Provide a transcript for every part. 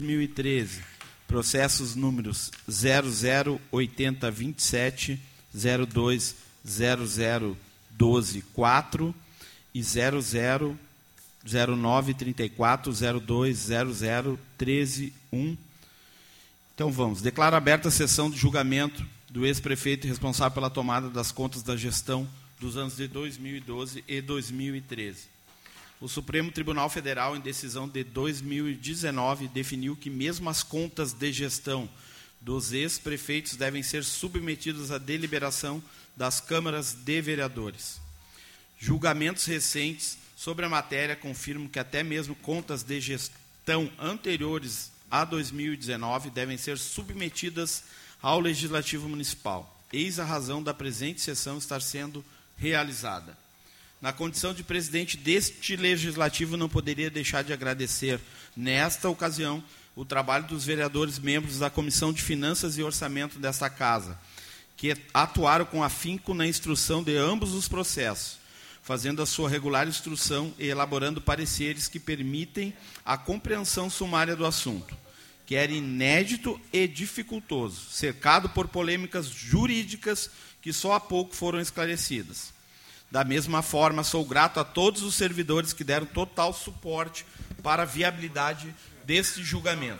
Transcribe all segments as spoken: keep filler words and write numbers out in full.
dois mil e treze, processos números zero zero oito zero dois sete, zero dois zero zero doze quatro e zero zero zero nove trinta e quatro, zero dois zero zero treze um. Então vamos. Declaro aberta a sessão de julgamento do ex-prefeito responsável pela tomada das contas da gestão dos anos de dois mil e doze e dois mil e treze. O Supremo Tribunal Federal, em decisão de dois mil e dezenove, definiu que mesmo as contas de gestão dos ex-prefeitos devem ser submetidas à deliberação das câmaras de vereadores. Julgamentos recentes sobre a matéria confirmam que até mesmo contas de gestão anteriores a dois mil e dezenove devem ser submetidas ao Legislativo Municipal. Eis a razão da presente sessão estar sendo realizada. Na condição de presidente deste Legislativo, não poderia deixar de agradecer, nesta ocasião, o trabalho dos vereadores membros da Comissão de Finanças e Orçamento desta Casa, que atuaram com afinco na instrução de ambos os processos, fazendo a sua regular instrução e elaborando pareceres que permitem a compreensão sumária do assunto, que era inédito e dificultoso, cercado por polêmicas jurídicas que só há pouco foram esclarecidas. Da mesma forma, sou grato a todos os servidores que deram total suporte para a viabilidade deste julgamento.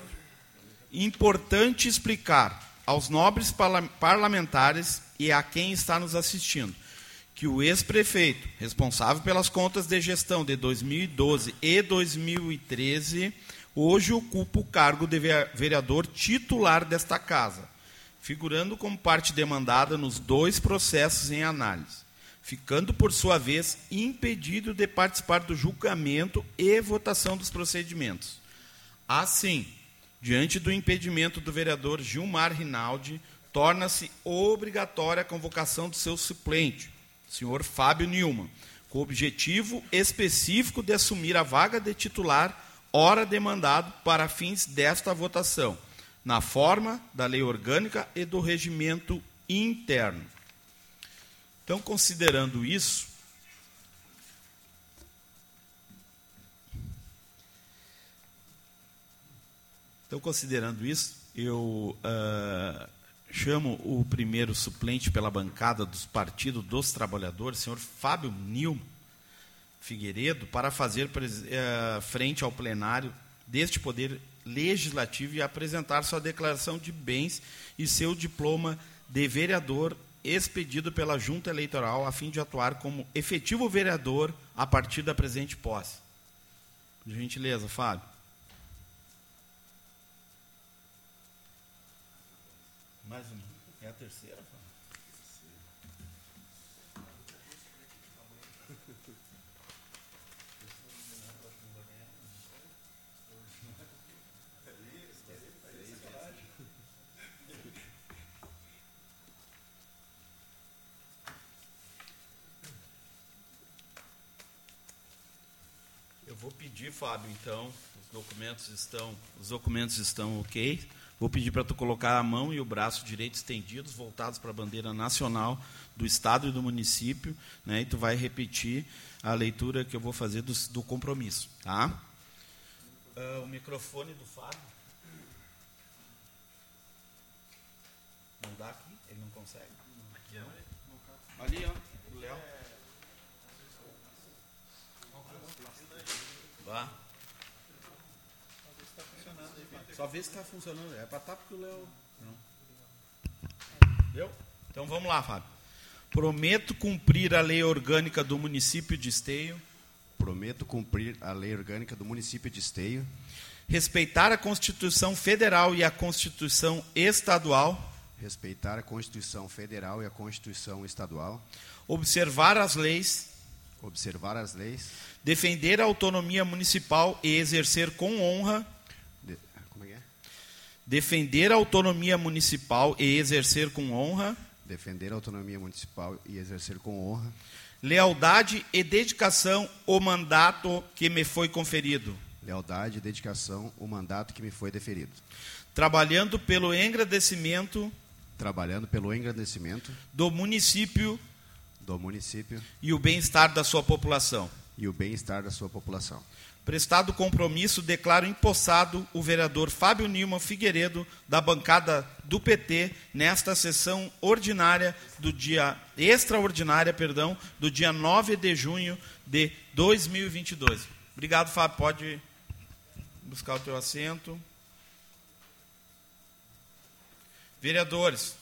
Importante explicar aos nobres parlamentares e a quem está nos assistindo que o ex-prefeito, responsável pelas contas de gestão de dois mil e doze e dois mil e treze, hoje ocupa o cargo de vereador titular desta Casa, figurando como parte demandada nos dois processos em análise, ficando, por sua vez, impedido de participar do julgamento e votação dos procedimentos. Assim, diante do impedimento do vereador Gilmar Rinaldi, torna-se obrigatória a convocação do seu suplente, senhor Fábio Nilman, com o objetivo específico de assumir a vaga de titular, ora demandado para fins desta votação, na forma da lei orgânica e do regimento interno. Então, considerando isso, então, considerando isso, eu uh, chamo o primeiro suplente pela bancada dos Partidos dos Trabalhadores, senhor Fábio Nilman Figueiredo, para fazer uh, frente ao plenário deste Poder Legislativo e apresentar sua declaração de bens e seu diploma de vereador expedido pela Junta Eleitoral a fim de atuar como efetivo vereador a partir da presente posse. Por gentileza, Fábio. Mais uma. É a terceira, Fábio? Eu vou pedir, Fábio, então, os documentos estão, os documentos estão ok. Vou pedir para tu colocar a mão e o braço direito estendidos, voltados para a bandeira nacional do Estado e do município, né, e tu vai repetir a leitura que eu vou fazer do, do compromisso. Tá? Uh, o microfone do Fábio. Não dá aqui? Ele não consegue? Aqui, ó. Ali, ó. O Léo. Vá. Só vê se está funcionando. É para estar porque o Léo... Não. Deu? Então vamos lá, Fábio. Prometo cumprir a lei orgânica do município de Esteio. Prometo cumprir a lei orgânica do município de Esteio. Respeitar a Constituição Federal e a Constituição Estadual. Respeitar a Constituição Federal e a Constituição Estadual. Observar as leis. Observar as leis. Defender a autonomia municipal e exercer com honra. De, como é que é? Defender a autonomia municipal e exercer com honra. Defender a autonomia municipal e exercer com honra. Lealdade e dedicação ao mandato que me foi conferido. Lealdade e dedicação ao mandato que me foi deferido. Trabalhando pelo engrandecimento. Trabalhando pelo engrandecimento. Do município. Do município. E o bem-estar da sua população. E o bem-estar da sua população. Prestado compromisso, declaro empossado o vereador Fábio Nilman Figueiredo, da bancada do P T, nesta sessão ordinária do dia extraordinária, perdão, do dia nove de junho de dois mil e vinte e dois. Obrigado, Fábio. Pode buscar o teu assento. Vereadores,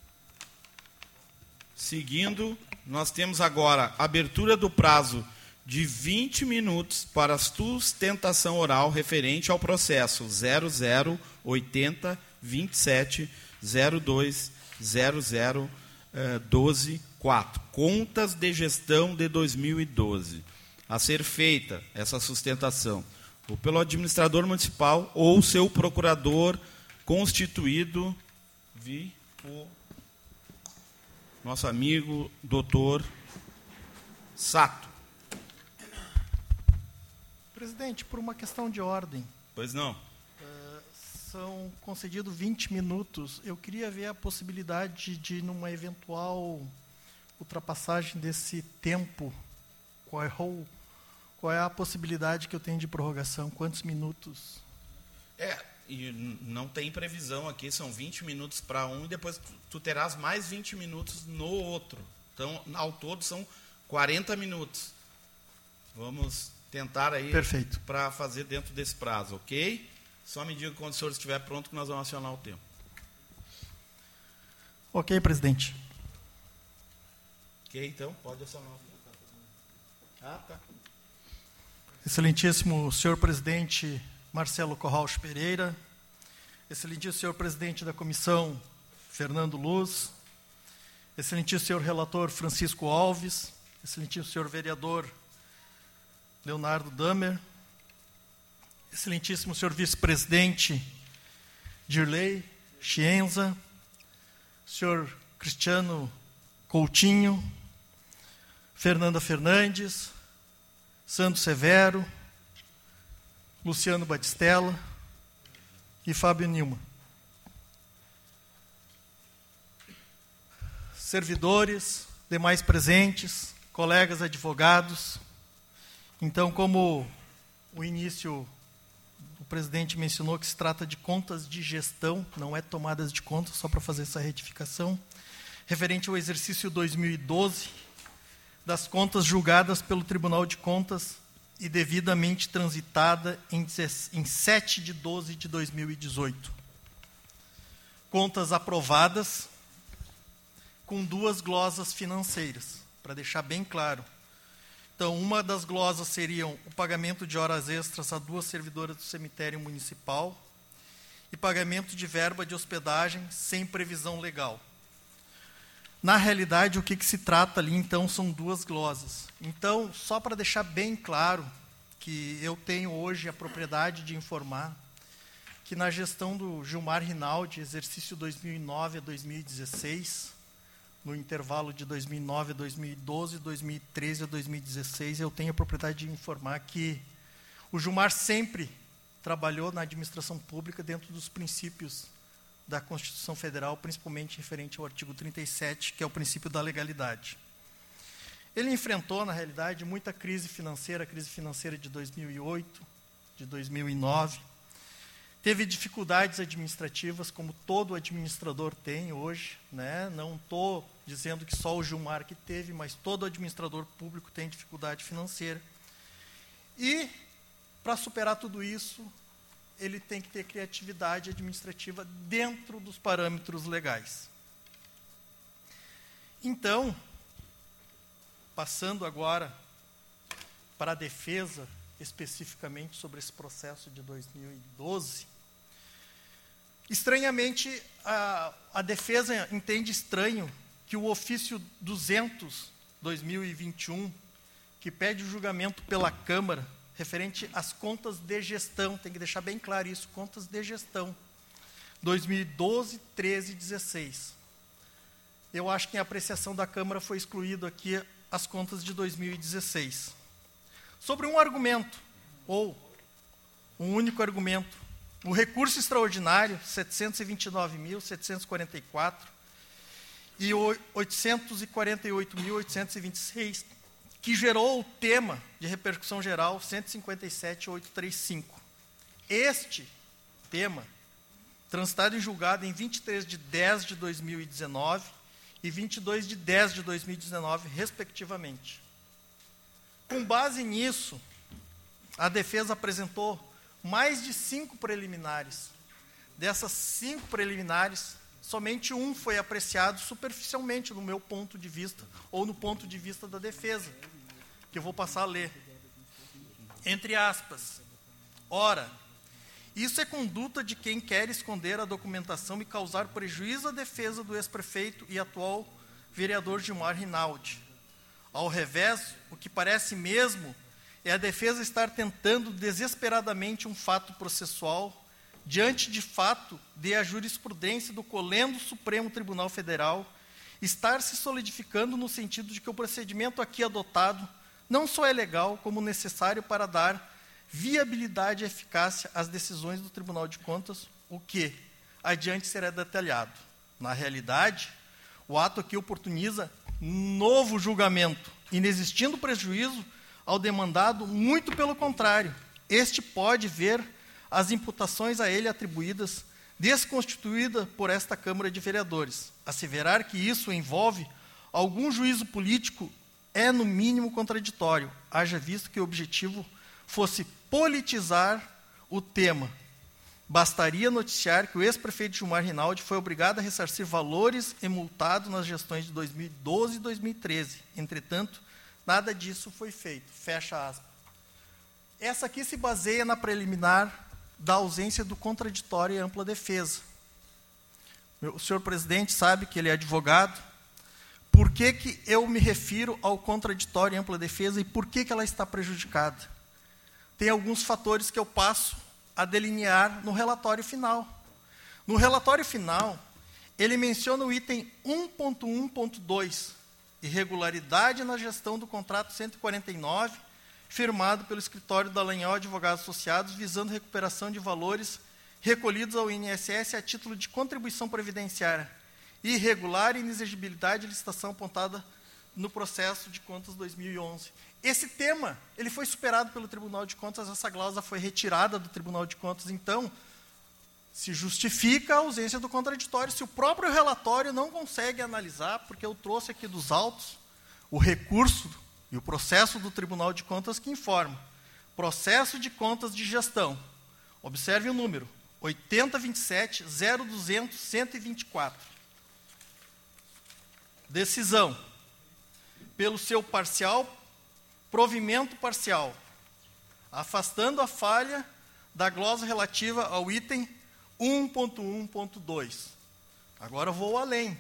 seguindo, nós temos agora abertura do prazo de vinte minutos para a sustentação oral referente ao processo zero zero oitenta vinte e sete zero dois zero zero doze quatro, contas de gestão de dois mil e doze. A ser feita essa sustentação ou pelo administrador municipal ou seu procurador constituído, vi o nosso amigo doutor Sato. Presidente, por uma questão de ordem. Pois não. Uh, são concedidos vinte minutos. Eu queria ver a possibilidade de, numa eventual ultrapassagem desse tempo, qual é, qual é a possibilidade que eu tenho de prorrogação? Quantos minutos? É, e não tem previsão aqui, são vinte minutos para um e depois tu, tu terás mais vinte minutos no outro. Então, ao todo, são quarenta minutos. Vamos tentar aí para fazer dentro desse prazo, ok? Só me diga quando o senhor estiver pronto que nós vamos acionar o tempo. Ok, presidente. Ok, então, pode acionar o tempo. Ah, tá. Excelentíssimo senhor presidente Marcelo Corrauch Pereira, excelentíssimo senhor presidente da comissão Fernando Luz, excelentíssimo senhor relator Francisco Alves, excelentíssimo senhor vereador Leonardo Damer, excelentíssimo senhor vice-presidente Dirley Chienza, senhor Cristiano Coutinho, Fernanda Fernandes, Sandro Severo, Luciano Batistella e Fábio Nilman. Servidores, demais presentes, colegas advogados. Então, como o início, o presidente mencionou que se trata de contas de gestão, não é tomadas de contas, só para fazer essa retificação, referente ao exercício dois mil e doze, das contas julgadas pelo Tribunal de Contas e devidamente transitada em sete de doze de dois mil e dezoito. Contas aprovadas com duas glosas financeiras, para deixar bem claro. Então, uma das glosas seriam o pagamento de horas extras a duas servidoras do cemitério municipal e pagamento de verba de hospedagem sem previsão legal. Na realidade, o que, que se trata ali, então, são duas glosas. Então, só para deixar bem claro que eu tenho hoje a propriedade de informar que na gestão do Gilmar Rinaldi, exercício dois mil e nove a dois mil e dezesseis, no intervalo de dois mil e nove a dois mil e doze, dois mil e treze a dois mil e dezesseis, eu tenho a propriedade de informar que o Gilmar sempre trabalhou na administração pública dentro dos princípios da Constituição Federal, principalmente referente ao artigo trinta e sete, que é o princípio da legalidade. Ele enfrentou, na realidade, muita crise financeira, a crise financeira de dois mil e oito, de dois mil e nove. Teve dificuldades administrativas, como todo administrador tem hoje, né? Não estou dizendo que só o Gilmar que teve, mas todo administrador público tem dificuldade financeira. E, para superar tudo isso, ele tem que ter criatividade administrativa dentro dos parâmetros legais. Então, passando agora para a defesa, especificamente sobre esse processo de dois mil e doze, estranhamente, a, a defesa entende estranho que o ofício duzentos, dois mil e vinte e um, que pede o julgamento pela Câmara, referente às contas de gestão, tem que deixar bem claro isso, contas de gestão, dois mil e doze, treze e dezesseis. Eu acho que em apreciação da Câmara foi excluído aqui as contas de dois mil e dezesseis. Sobre um argumento, ou um único argumento, o recurso extraordinário, setecentos e vinte e nove mil, setecentos e quarenta e quatro, e oitocentos e quarenta e oito mil, oitocentos e vinte e seis, que gerou o tema de repercussão geral cento e cinquenta e sete mil oitocentos e trinta e cinco. Este tema, transitado em julgado em vinte e três de dez de dois mil e dezenove e vinte e dois de dez de dois mil e dezenove, respectivamente. Com base nisso, a defesa apresentou mais de cinco preliminares. Dessas cinco preliminares, somente um foi apreciado superficialmente, no meu ponto de vista, ou no ponto de vista da defesa, que eu vou passar a ler. Entre aspas, ora, isso é conduta de quem quer esconder a documentação e causar prejuízo à defesa do ex-prefeito e atual vereador Gilmar Rinaldi. Ao revés, o que parece mesmo é a defesa estar tentando desesperadamente um fato processual diante de fato de a jurisprudência do colendo Supremo Tribunal Federal estar se solidificando no sentido de que o procedimento aqui adotado não só é legal, como necessário para dar viabilidade e eficácia às decisões do Tribunal de Contas, o que adiante será detalhado. Na realidade, o ato aqui oportuniza novo julgamento, inexistindo prejuízo ao demandado, muito pelo contrário. Este pode ver as imputações a ele atribuídas desconstituída por esta Câmara de Vereadores. Asseverar que isso envolve algum juízo político é, no mínimo, contraditório, haja visto que o objetivo fosse politizar o tema. Bastaria noticiar que o ex-prefeito Gilmar Rinaldi foi obrigado a ressarcir valores e multado nas gestões de dois mil e doze e dois mil e treze. Entretanto, nada disso foi feito. Fecha aspas. Essa aqui se baseia na preliminar da ausência do contraditório e ampla defesa. O senhor presidente sabe que ele é advogado. Por que que eu me refiro ao contraditório e ampla defesa e por que que ela está prejudicada? Tem alguns fatores que eu passo a delinear no relatório final. No relatório final, ele menciona o item um ponto um ponto dois, irregularidade na gestão do contrato cento e quarenta e nove, firmado pelo escritório da Dallagnol Advogados Associados, visando recuperação de valores recolhidos ao I N S S a título de contribuição previdenciária, irregular e inexigibilidade de licitação apontada no processo de contas dois mil e onze. Esse tema, ele foi superado pelo Tribunal de Contas, essa cláusula foi retirada do Tribunal de Contas, então, se justifica a ausência do contraditório, se o próprio relatório não consegue analisar, porque eu trouxe aqui dos autos o recurso e o processo do Tribunal de Contas que informa. Processo de contas de gestão. Observe o número, oitenta vinte e sete zero duzentos cento e vinte e quatro. Decisão. Pelo seu parcial, provimento parcial, afastando a falha da glosa relativa ao item um ponto um ponto dois. Agora eu vou além.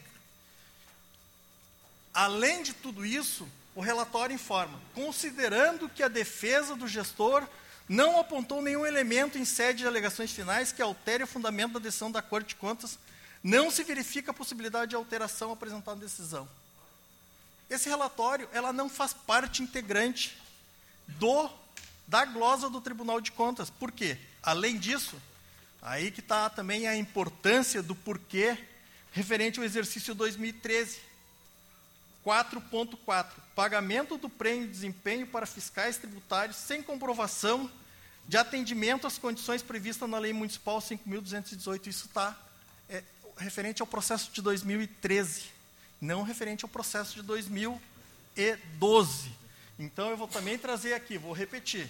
Além de tudo isso, o relatório informa, considerando que a defesa do gestor não apontou nenhum elemento em sede de alegações finais que altere o fundamento da decisão da Corte de Contas, não se verifica a possibilidade de alteração apresentada na decisão. Esse relatório, ela não faz parte integrante do, da glosa do Tribunal de Contas. Por quê? Além disso, aí que está também a importância do porquê referente ao exercício dois mil e treze. quatro ponto quatro. Pagamento do prêmio de desempenho para fiscais tributários sem comprovação de atendimento às condições previstas na Lei Municipal cinco mil duzentos e dezoito. Isso está é, referente ao processo de dois mil e treze. Não referente ao processo de dois mil e doze. Então, eu vou também trazer aqui, vou repetir.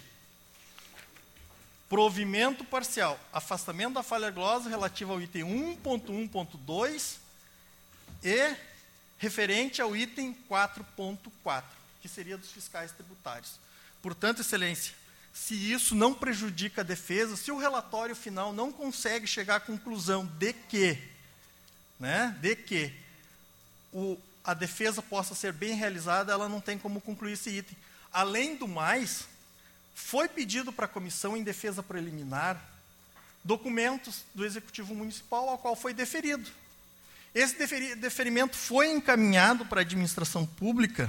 Provimento parcial, afastamento da falha glosa relativa ao item um ponto um ponto dois e referente ao item quatro ponto quatro, que seria dos fiscais tributários. Portanto, Excelência, se isso não prejudica a defesa, se o relatório final não consegue chegar à conclusão de que, né, de que O, a defesa possa ser bem realizada, ela não tem como concluir esse item. Além do mais, foi pedido para a comissão em defesa preliminar documentos do Executivo Municipal ao qual foi deferido. Esse deferi, deferimento foi encaminhado para a administração pública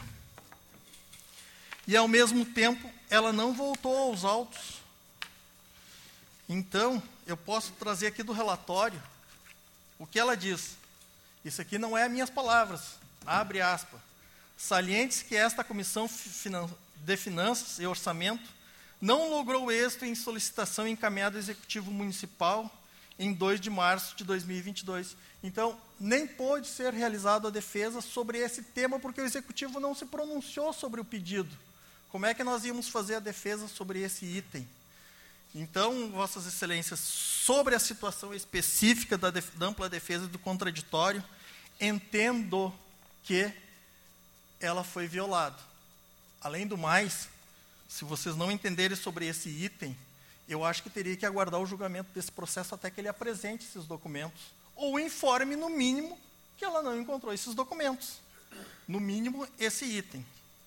e, ao mesmo tempo, ela não voltou aos autos. Então, eu posso trazer aqui do relatório o que ela diz. Isso aqui não é minhas palavras, abre aspas. Saliente-se que esta Comissão de Finanças e Orçamento não logrou êxito em solicitação encaminhada ao Executivo Municipal em dois de março de dois mil e vinte e dois. Então, nem pôde ser realizada a defesa sobre esse tema, porque o Executivo não se pronunciou sobre o pedido. Como é que nós íamos fazer a defesa sobre esse item? Então, Vossas Excelências, sobre a situação específica da, def- da ampla defesa do contraditório, entendo que ela foi violada. Além do mais, se vocês não entenderem sobre esse item, eu acho que teria que aguardar o julgamento desse processo até que ele apresente esses documentos, ou informe, no mínimo, que ela não encontrou esses documentos. No mínimo, esse item.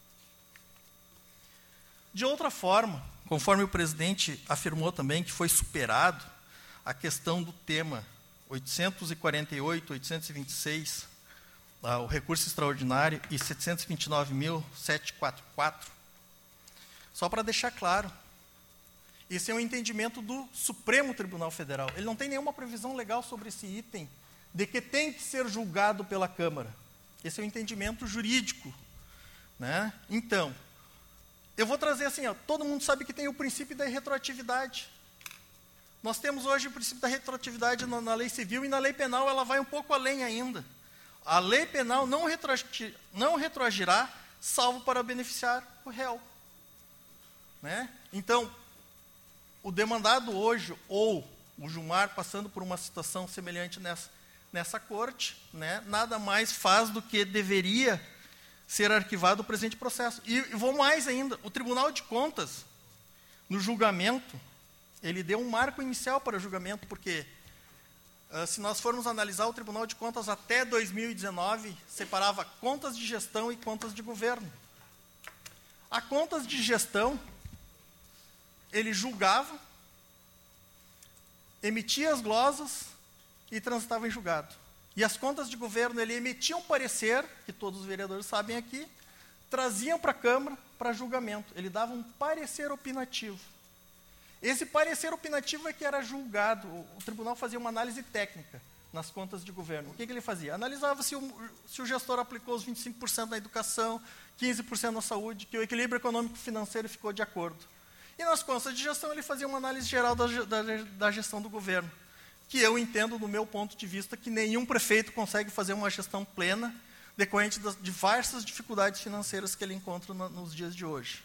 De outra forma, conforme o presidente afirmou também que foi superado a questão do tema oitocentos e quarenta e oito, oitocentos e vinte e seis, ah, o recurso extraordinário, e setecentos e vinte e nove mil, setecentos e quarenta e quatro, só para deixar claro, esse é um entendimento do Supremo Tribunal Federal. Ele não tem nenhuma previsão legal sobre esse item, de que tem que ser julgado pela Câmara. Esse é o entendimento jurídico, né? Então, eu vou trazer assim, ó, todo mundo sabe que tem o princípio da retroatividade. Nós temos hoje o princípio da retroatividade na, na lei civil, e na lei penal ela vai um pouco além ainda. A lei penal não, retroagi, não retroagirá, salvo para beneficiar o réu. Né? Então, o demandado hoje, ou o Gilmar, passando por uma situação semelhante nessa, nessa corte, né, nada mais faz do que deveria ser arquivado o presente processo. E, e vou mais ainda, o Tribunal de Contas, no julgamento, ele deu um marco inicial para o julgamento, porque, uh, se nós formos analisar, o Tribunal de Contas até dois mil e dezenove separava contas de gestão e contas de governo. A contas de gestão, ele julgava, emitia as glosas e transitava em julgado. E as contas de governo, ele emitia um parecer, que todos os vereadores sabem aqui, traziam para a Câmara para julgamento. Ele dava um parecer opinativo. Esse parecer opinativo é que era julgado. O tribunal fazia uma análise técnica nas contas de governo. O que, que ele fazia? Analisava se o, se o gestor aplicou os vinte e cinco por cento na educação, quinze por cento na saúde, que o equilíbrio econômico e financeiro ficou de acordo. E nas contas de gestão, ele fazia uma análise geral da, da, da gestão do governo, que eu entendo, do meu ponto de vista, que nenhum prefeito consegue fazer uma gestão plena, decorrente das diversas dificuldades financeiras que ele encontra na, nos dias de hoje.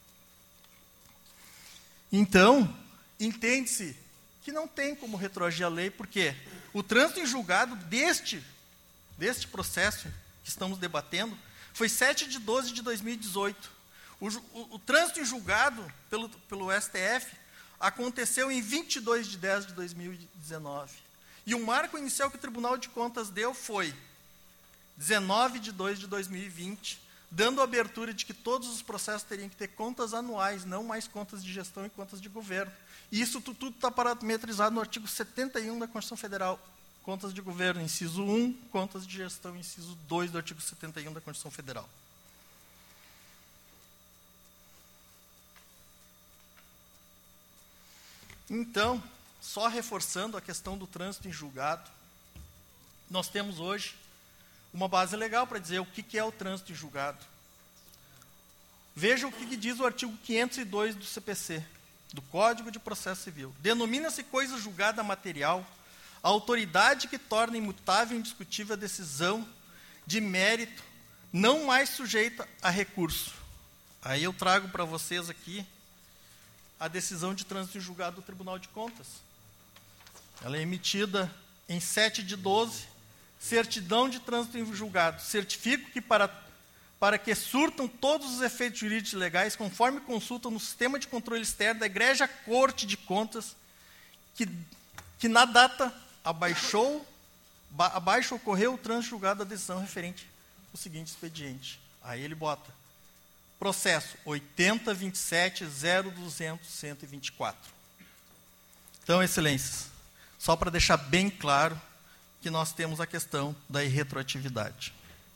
Então, entende-se que não tem como retroagir a lei, porque o trânsito em julgado deste, deste processo que estamos debatendo foi sete de doze de dois mil e dezoito. O, o, o trânsito em julgado pelo, pelo S T F aconteceu em vinte e dois de dez de dois mil e dezenove. E o marco inicial que o Tribunal de Contas deu foi dezenove de dois de dois mil e vinte, dando a abertura de que todos os processos teriam que ter contas anuais, não mais contas de gestão e contas de governo. E isso tudo está parametrizado no artigo setenta e um da Constituição Federal. Contas de governo, inciso um, contas de gestão, inciso dois do artigo setenta e um da Constituição Federal. Então, só reforçando a questão do trânsito em julgado, nós temos hoje uma base legal para dizer o que, que é o trânsito em julgado. Veja o que, que diz o artigo quinhentos e dois do C P C, do Código de Processo Civil. Denomina-se coisa julgada material a autoridade que torna imutável e indiscutível a decisão de mérito, não mais sujeita a recurso. Aí eu trago para vocês aqui a decisão de trânsito em julgado do Tribunal de Contas. Ela é emitida em sete de doze, certidão de trânsito em julgado. Certifico que para, para que surtam todos os efeitos jurídicos e legais, conforme consulta no sistema de controle externo da Egrégia Corte de Contas, que, que na data abaixou, ba, abaixo ocorreu o trânsito julgado da decisão referente ao seguinte expediente. Aí ele bota processo oitenta, vinte e sete, zero duzentos, cento e vinte e quatro. Então, excelências, só para deixar bem claro que nós temos a questão da irretroatividade.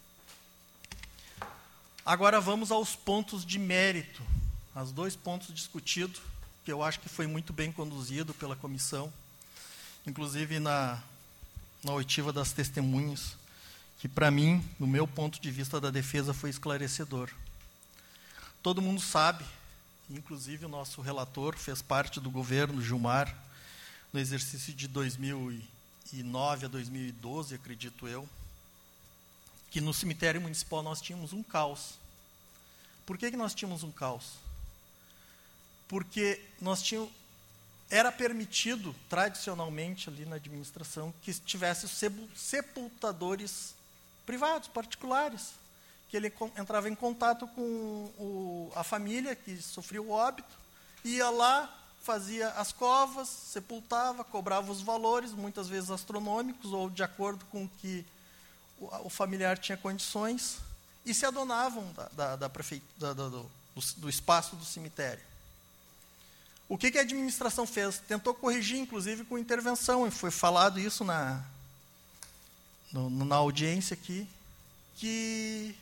Agora vamos aos pontos de mérito, aos dois pontos discutidos, que eu acho que foi muito bem conduzido pela comissão, inclusive na, na oitiva das testemunhas, que para mim, no meu ponto de vista da defesa, foi esclarecedor. Todo mundo sabe, inclusive o nosso relator fez parte do governo, Gilmar, no exercício de dois mil e nove a dois mil e doze, acredito eu, que no cemitério municipal nós tínhamos um caos. Por que que nós tínhamos um caos? Porque nós tínhamos, era permitido, tradicionalmente, ali na administração, que tivesse sepultadores privados, particulares, que ele entrava em contato com o, a família que sofria o óbito, ia lá, fazia as covas, sepultava, cobrava os valores, muitas vezes astronômicos, ou de acordo com que o, o familiar tinha condições, e se adonavam da, da, da prefe... da, da, do, do espaço do cemitério. O que, que a administração fez? Tentou corrigir, inclusive, com intervenção, e foi falado isso na, no, na audiência aqui, que,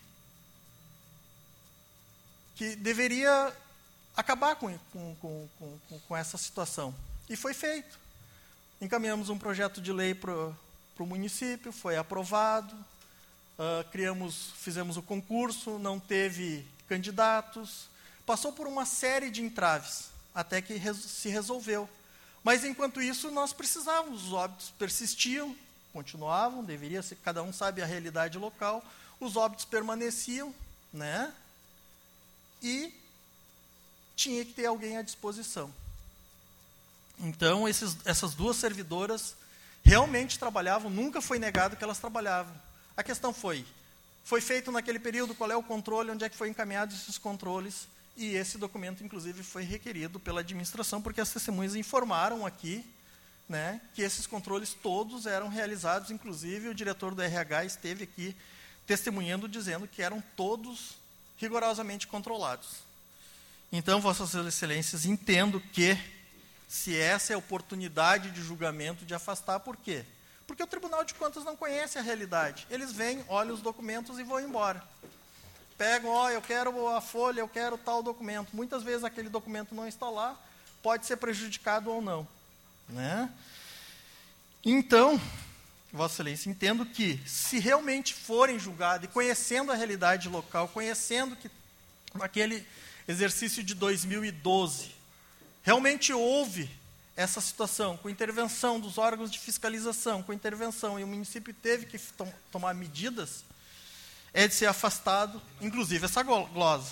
que deveria acabar com, com, com, com, com essa situação. E foi feito. Encaminhamos um projeto de lei para o município, foi aprovado, uh, criamos, fizemos o concurso, não teve candidatos, passou por uma série de entraves, até que res, se resolveu. Mas, enquanto isso, nós precisávamos, os óbitos persistiam, continuavam, deveria ser, cada um sabe a realidade local, os óbitos permaneciam, né? E tinha que ter alguém à disposição. Então, esses, essas duas servidoras realmente trabalhavam, nunca foi negado que elas trabalhavam. A questão foi, foi feito naquele período, qual é o controle, onde é que foi encaminhado esses controles, e esse documento, inclusive, foi requerido pela administração, porque as testemunhas informaram aqui, né, que esses controles todos eram realizados, inclusive o diretor do R H esteve aqui testemunhando, dizendo que eram todos rigorosamente controlados. Então, Vossas Excelências, entendo que, se essa é a oportunidade de julgamento, de afastar, por quê? Porque o Tribunal de Contas não conhece a realidade. Eles vêm, olham os documentos e vão embora. Pegam, ó, eu quero a folha, eu quero tal documento. Muitas vezes aquele documento não está lá, pode ser prejudicado ou não. Né? Então, Vossa Excelência, entendo que, se realmente forem julgados, e conhecendo a realidade local, conhecendo que naquele exercício de dois mil e doze, realmente houve essa situação, com intervenção dos órgãos de fiscalização, com intervenção, e o município teve que tom tomar medidas, é de ser afastado, inclusive, essa glosa.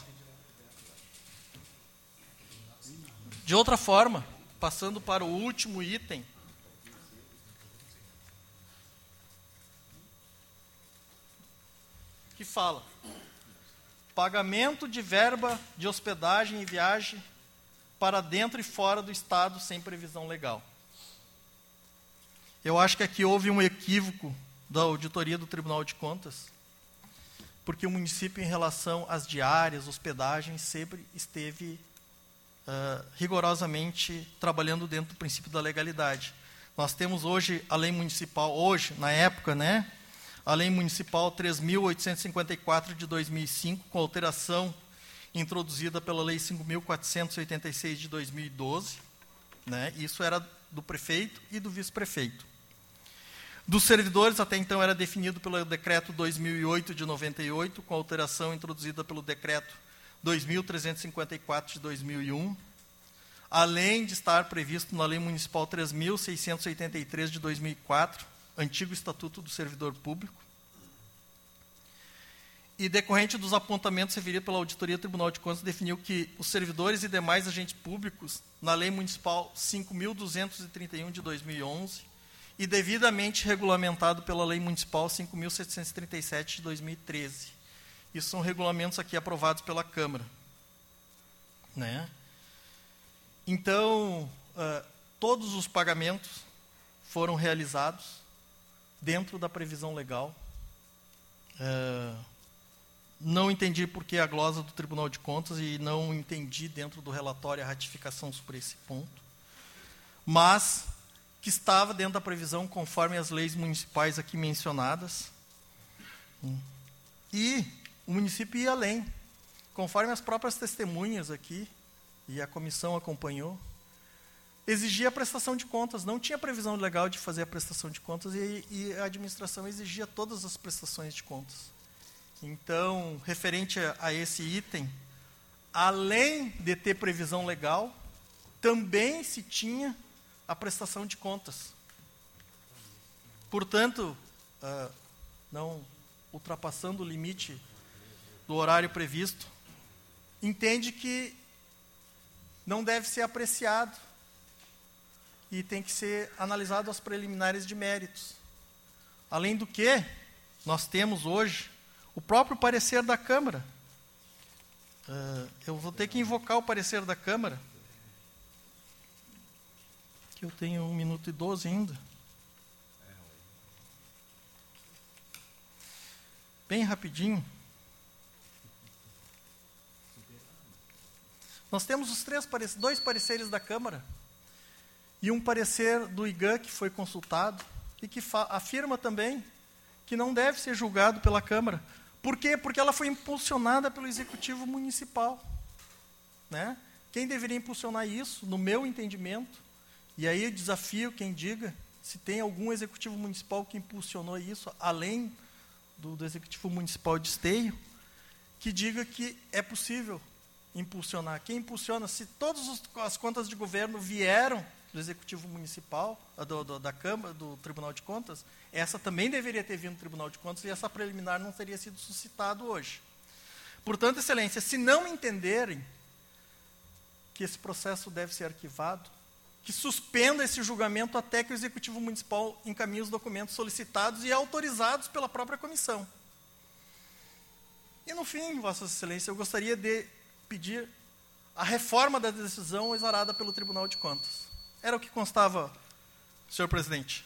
De outra forma, passando para o último item, que fala, pagamento de verba de hospedagem e viagem para dentro e fora do Estado sem previsão legal. Eu acho que aqui houve um equívoco da auditoria do Tribunal de Contas, porque o município, em relação às diárias, hospedagens, sempre esteve uh, rigorosamente trabalhando dentro do princípio da legalidade. Nós temos hoje a lei municipal, hoje, na época, né, a lei municipal três mil oitocentos e cinquenta e quatro de dois mil e cinco, com alteração introduzida pela lei cinco mil quatrocentos e oitenta e seis de dois mil e doze, né, isso era do prefeito e do vice-prefeito. Dos servidores, até então, era definido pelo decreto dois mil e oito de noventa e oito, com alteração introduzida pelo decreto dois mil trezentos e cinquenta e quatro de dois mil e um, além de estar previsto na lei municipal três mil seiscentos e oitenta e três de dois mil e quatro, antigo Estatuto do Servidor Público, e decorrente dos apontamentos referidos pela Auditoria Tribunal de Contas, definiu que os servidores e demais agentes públicos, na lei municipal cinco mil duzentos e trinta e um de dois mil e onze, e devidamente regulamentado pela lei municipal cinco mil setecentos e trinta e sete de dois mil e treze. Isso são regulamentos aqui aprovados pela Câmara. Né? Então, uh, todos os pagamentos foram realizados dentro da previsão legal. Uh, não entendi por que a glosa do Tribunal de Contas e não entendi dentro do relatório a ratificação sobre esse ponto. Mas que estava dentro da previsão conforme as leis municipais aqui mencionadas. E o município ia além, conforme as próprias testemunhas aqui, e a comissão acompanhou, exigia a prestação de contas. Não tinha previsão legal de fazer a prestação de contas e, e a administração exigia todas as prestações de contas. Então, referente a, a esse item, além de ter previsão legal, também se tinha a prestação de contas. Portanto, uh, não ultrapassando o limite do horário previsto, entende que não deve ser apreciado e tem que ser analisado as preliminares de méritos. Além do que, nós temos hoje o próprio parecer da Câmara. Uh, eu vou ter que invocar o parecer da Câmara, que eu tenho um minuto e doze ainda. Bem rapidinho. Nós temos os três parece- dois pareceres da Câmara e um parecer do I G A que foi consultado e que fa- afirma também que não deve ser julgado pela Câmara. Por quê? Porque ela foi impulsionada pelo Executivo Municipal. Né? Quem deveria impulsionar isso, no meu entendimento, e aí eu desafio quem diga se tem algum Executivo Municipal que impulsionou isso, além do, do Executivo Municipal de Esteio, que diga que é possível impulsionar. Quem impulsiona, se todas as contas de governo vieram do Executivo Municipal, do, do, da Câmara, do Tribunal de Contas, essa também deveria ter vindo do Tribunal de Contas e essa preliminar não teria sido suscitado hoje. Portanto, Excelência, se não entenderem que esse processo deve ser arquivado, que suspenda esse julgamento até que o Executivo Municipal encaminhe os documentos solicitados e autorizados pela própria comissão. E, no fim, Vossa Excelência, eu gostaria de pedir a reforma da decisão exarada pelo Tribunal de Contas. Era o que constava, senhor presidente.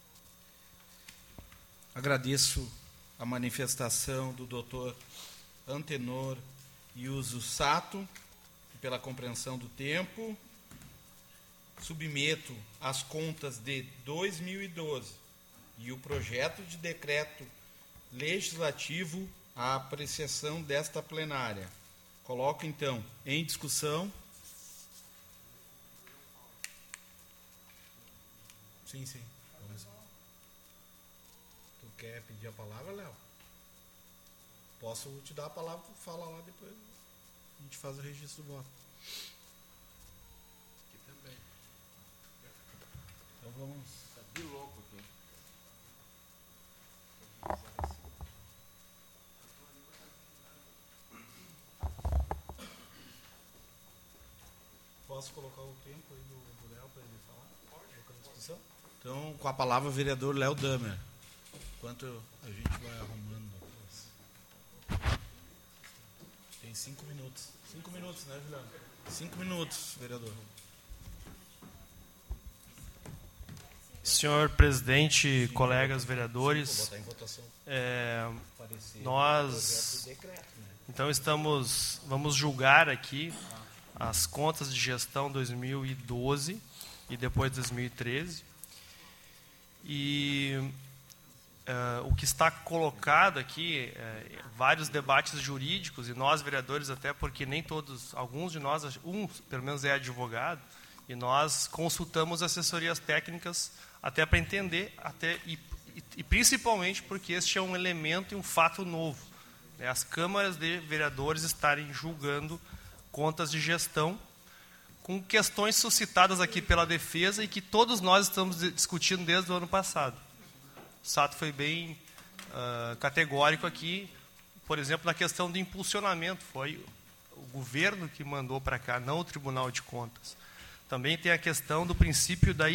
Agradeço a manifestação do doutor Antenor Iuso Sato pela compreensão do tempo. Submeto as contas de dois mil e doze e o projeto de decreto legislativo à apreciação desta plenária. Coloco, então, em discussão. Sim, sim. Vamos. Tu quer pedir a palavra, Léo? Posso te dar a palavra, fala lá depois. A gente faz o registro do voto. Aqui também. Então vamos. Tá de louco aqui. Posso colocar o tempo aí do, do Léo para ele falar? Pode. Então, com a palavra o vereador Léo Damer. Enquanto a gente vai arrumando. Tem cinco minutos. Cinco minutos, né, Juliano? Cinco minutos, vereador. Senhor presidente, Sim, colegas vereadores, vou botar em votação. É, Parecer nós do decreto, né? então estamos, vamos julgar aqui as contas de gestão dois mil e doze e depois dois mil e treze. E uh, o que está colocado aqui, uh, vários debates jurídicos, e nós vereadores até, porque nem todos, alguns de nós, um pelo menos é advogado, e nós consultamos assessorias técnicas até para entender, até, e, e, e principalmente porque este é um elemento e um fato novo, né? As câmaras de vereadores estarem julgando contas de gestão com questões suscitadas aqui pela defesa e que todos nós estamos discutindo desde o ano passado. O Sato foi bem uh, categórico aqui, por exemplo, na questão do impulsionamento. Foi o governo que mandou para cá, não o Tribunal de Contas. Também tem a questão do princípio da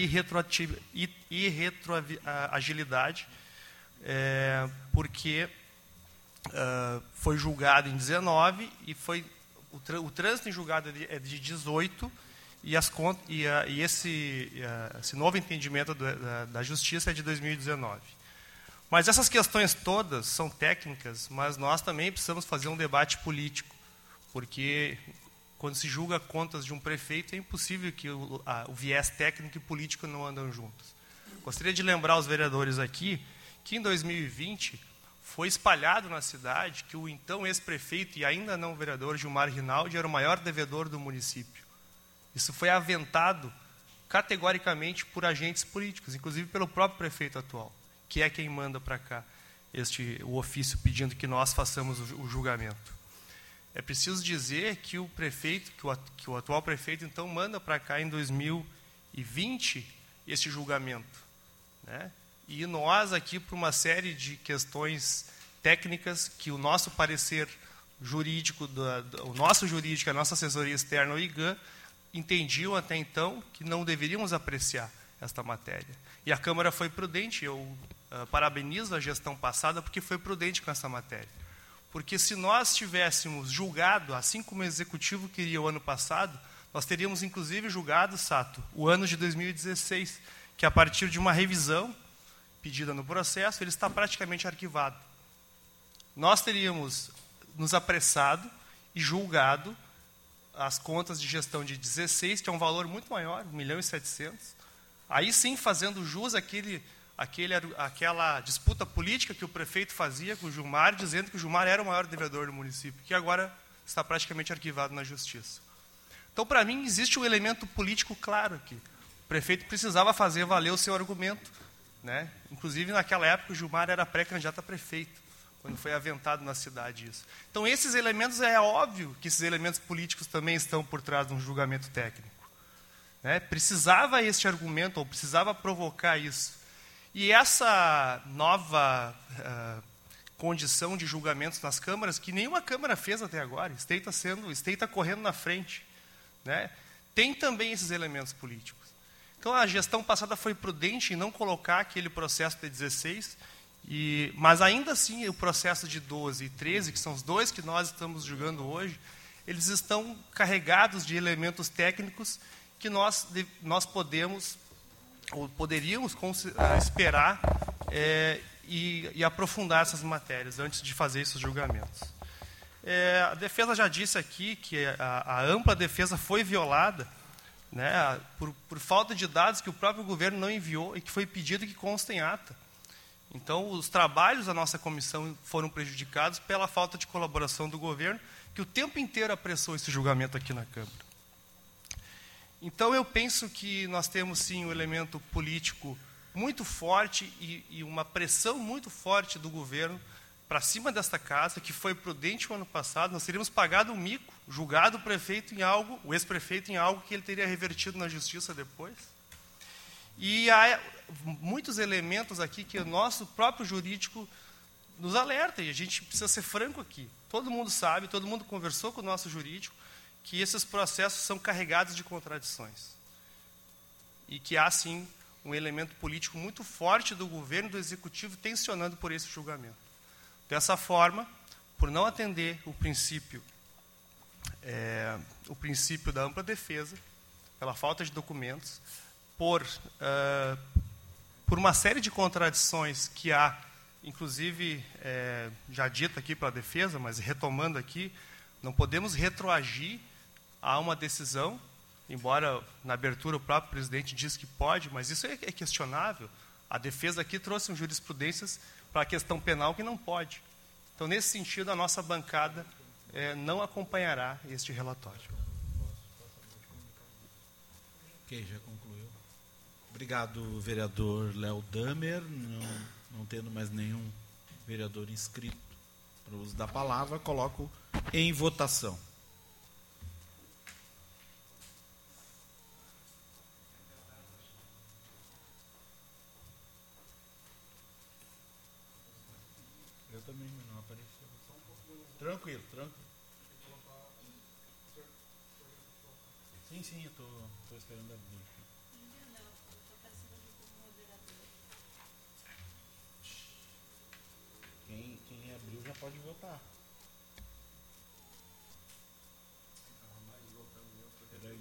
irretroagilidade, é, porque uh, foi julgado em dezenove e foi, o, tr o trânsito em julgado é de dezoito e, as contas, e, a, e esse, a, esse novo entendimento do, da, da Justiça é de dois mil e dezenove. Mas essas questões todas são técnicas, mas nós também precisamos fazer um debate político, porque quando se julga contas de um prefeito, é impossível que o, a, o viés técnico e político não andam juntos. Gostaria de lembrar aos vereadores aqui que em dois mil e vinte foi espalhado na cidade que o então ex-prefeito e ainda não vereador Gilmar Rinaldi era o maior devedor do município. Isso foi aventado categoricamente por agentes políticos, inclusive pelo próprio prefeito atual, que é quem manda para cá este, o ofício pedindo que nós façamos o julgamento. É preciso dizer que o prefeito, que o, que o atual prefeito, então, manda para cá em dois mil e vinte esse julgamento, né? E nós aqui, por uma série de questões técnicas que o nosso parecer jurídico, do, do, o nosso jurídico, a nossa assessoria externa, o I G A M, entendiam até então que não deveríamos apreciar esta matéria. E a Câmara foi prudente, eu uh, parabenizo a gestão passada porque foi prudente com essa matéria. Porque se nós tivéssemos julgado, assim como o Executivo queria o ano passado, nós teríamos inclusive julgado, Sato, o ano de dois mil e dezesseis, que a partir de uma revisão pedida no processo, ele está praticamente arquivado. Nós teríamos nos apressado e julgado as contas de gestão de dezesseis, que é um valor muito maior, um milhão e setecentos. Aí sim, fazendo jus àquele, àquele, àquela disputa política que o prefeito fazia com o Gilmar, dizendo que o Gilmar era o maior devedor do município, que agora está praticamente arquivado na Justiça. Então, para mim, existe um elemento político claro aqui. O prefeito precisava fazer valer o seu argumento, né? Inclusive, naquela época, o Gilmar era pré-candidato a prefeito, quando foi aventado na cidade isso. Então, esses elementos, é óbvio que esses elementos políticos também estão por trás de um julgamento técnico, né? Precisava este argumento, ou precisava provocar isso. E essa nova uh, condição de julgamentos nas câmaras, que nenhuma câmara fez até agora, Esteio está sendo, Esteio está correndo na frente, né? Tem também esses elementos políticos. Então, a gestão passada foi prudente em não colocar aquele processo de dezesseis, e, mas ainda assim o processo de doze e treze, que são os dois que nós estamos julgando hoje, eles estão carregados de elementos técnicos que nós, nós podemos, ou poderíamos esperar é, e, e aprofundar essas matérias antes de fazer esses julgamentos. É, a defesa já disse aqui que a, a ampla defesa foi violada, né, por, por falta de dados que o próprio governo não enviou e que foi pedido que consta em ata. Então, os trabalhos da nossa comissão foram prejudicados pela falta de colaboração do governo, que o tempo inteiro apressou esse julgamento aqui na Câmara. Então, eu penso que nós temos, sim, um elemento político muito forte e, e uma pressão muito forte do governo para cima desta casa, que foi prudente o ano passado. Nós teríamos pagado um mico, julgado o prefeito em algo, o ex-prefeito em algo que ele teria revertido na justiça depois. E há muitos elementos aqui que o nosso próprio jurídico nos alerta, e a gente precisa ser franco aqui. Todo mundo sabe, todo mundo conversou com o nosso jurídico, que esses processos são carregados de contradições. E que há, sim, um elemento político muito forte do governo e do executivo tensionando por esse julgamento. Dessa forma, por não atender o princípio, é, o princípio da ampla defesa, pela falta de documentos, por, uh, por uma série de contradições que há, inclusive, é, já dita aqui pela defesa, mas retomando aqui, não podemos retroagir a uma decisão, embora na abertura o próprio presidente disse que pode, mas isso é, é questionável. A defesa aqui trouxe um jurisprudências para a questão penal que não pode. Então, nesse sentido, a nossa bancada é, não acompanhará este relatório. Ok, já concluiu. Obrigado, vereador Léo Damer. Não, não tendo mais nenhum vereador inscrito para o uso da palavra, coloco em votação. Eu também, mas não apareceu. Tranquilo, tranquilo. Sim, sim, eu estou esperando abrir. Quem, quem abriu já pode votar. Peraí.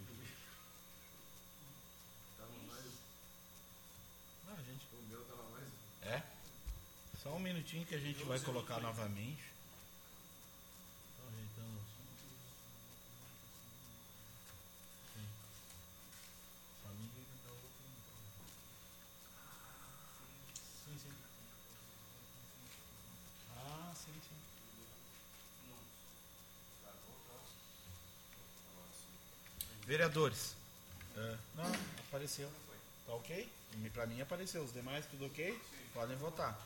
Ah, a gente... O meu tava mais... É? Só um minutinho que a gente vai colocar novamente. Estou ajeitando o som. Sim. Família que tá ouvindo. Sim, sim. Ah, sim, sim. Vereadores. É. Não. Apareceu. Tá ok? Para mim apareceu. Os demais, tudo ok? Podem votar.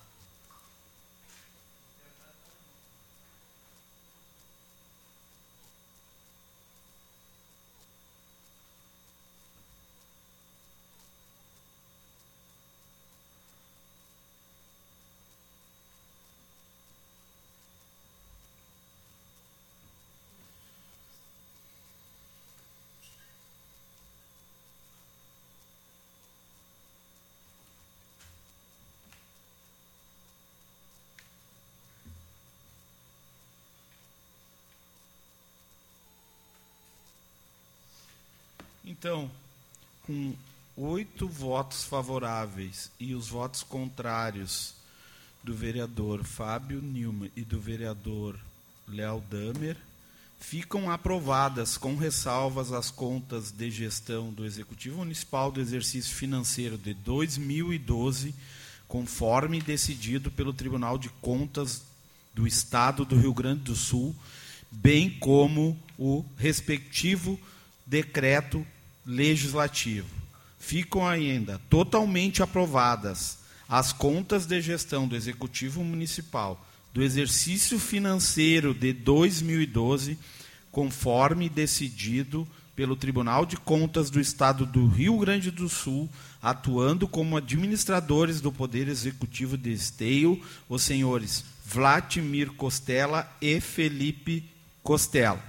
Então, com oito votos favoráveis e os votos contrários do vereador Fábio Nilman e do vereador Léo Damer, ficam aprovadas com ressalvas as contas de gestão do Executivo Municipal do exercício financeiro de dois mil e doze, conforme decidido pelo Tribunal de Contas do Estado do Rio Grande do Sul, bem como o respectivo decreto legislativo. Ficam ainda totalmente aprovadas as contas de gestão do Executivo Municipal do exercício financeiro de dois mil e doze, conforme decidido pelo Tribunal de Contas do Estado do Rio Grande do Sul, atuando como administradores do Poder Executivo de Esteio, os senhores Vladimir Costela e Felipe Costela.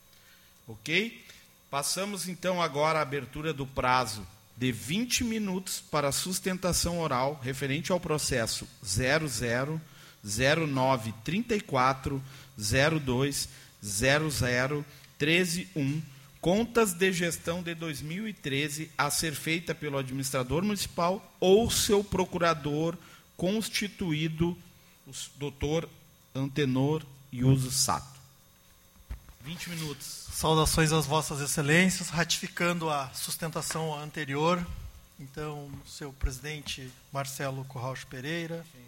Ok? Passamos, então, agora à abertura do prazo de vinte minutos para a sustentação oral referente ao processo zero zero zero nove trinta e quatro zero dois zero zero treze um, contas de gestão de dois mil e treze, a ser feita pelo administrador municipal ou seu procurador constituído, o doutor Antenor Iuso Sato. vinte minutos. Saudações às vossas excelências, ratificando a sustentação anterior. Então, seu presidente Marcelo Corrauch Pereira, sim,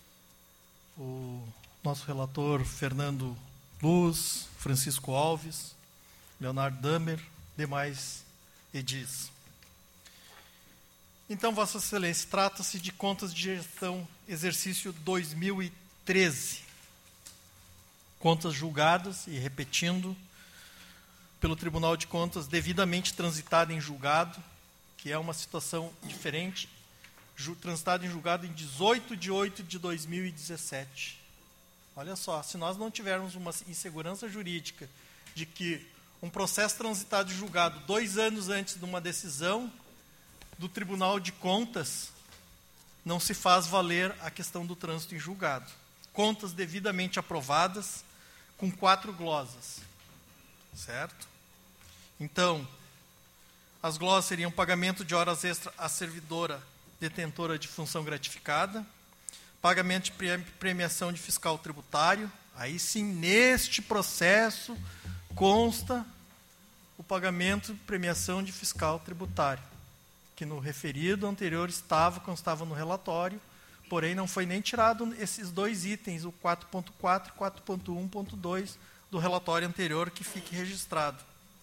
o nosso relator Fernando Luz, Francisco Alves, Leonardo Damer, demais edis. Então, vossa excelência, trata-se de contas de gestão exercício dois mil e treze. Contas julgadas, e repetindo, pelo Tribunal de Contas, devidamente transitada em julgado, que é uma situação diferente, ju, transitada em julgado em dezoito de oito de dois mil e dezessete. Olha só, se nós não tivermos uma insegurança jurídica de que um processo transitado em julgado dois anos antes de uma decisão do Tribunal de Contas, não se faz valer a questão do trânsito em julgado. Contas devidamente aprovadas, com quatro glosas, certo? Então, as glosas seriam pagamento de horas extras à servidora detentora de função gratificada, pagamento de premiação de fiscal tributário, aí sim, neste processo, consta o pagamento de premiação de fiscal tributário, que no referido anterior estava, constava no relatório, porém não foi nem tirado esses dois itens, o quatro ponto quatro e quatro ponto um ponto dois do relatório anterior, que fique registrado.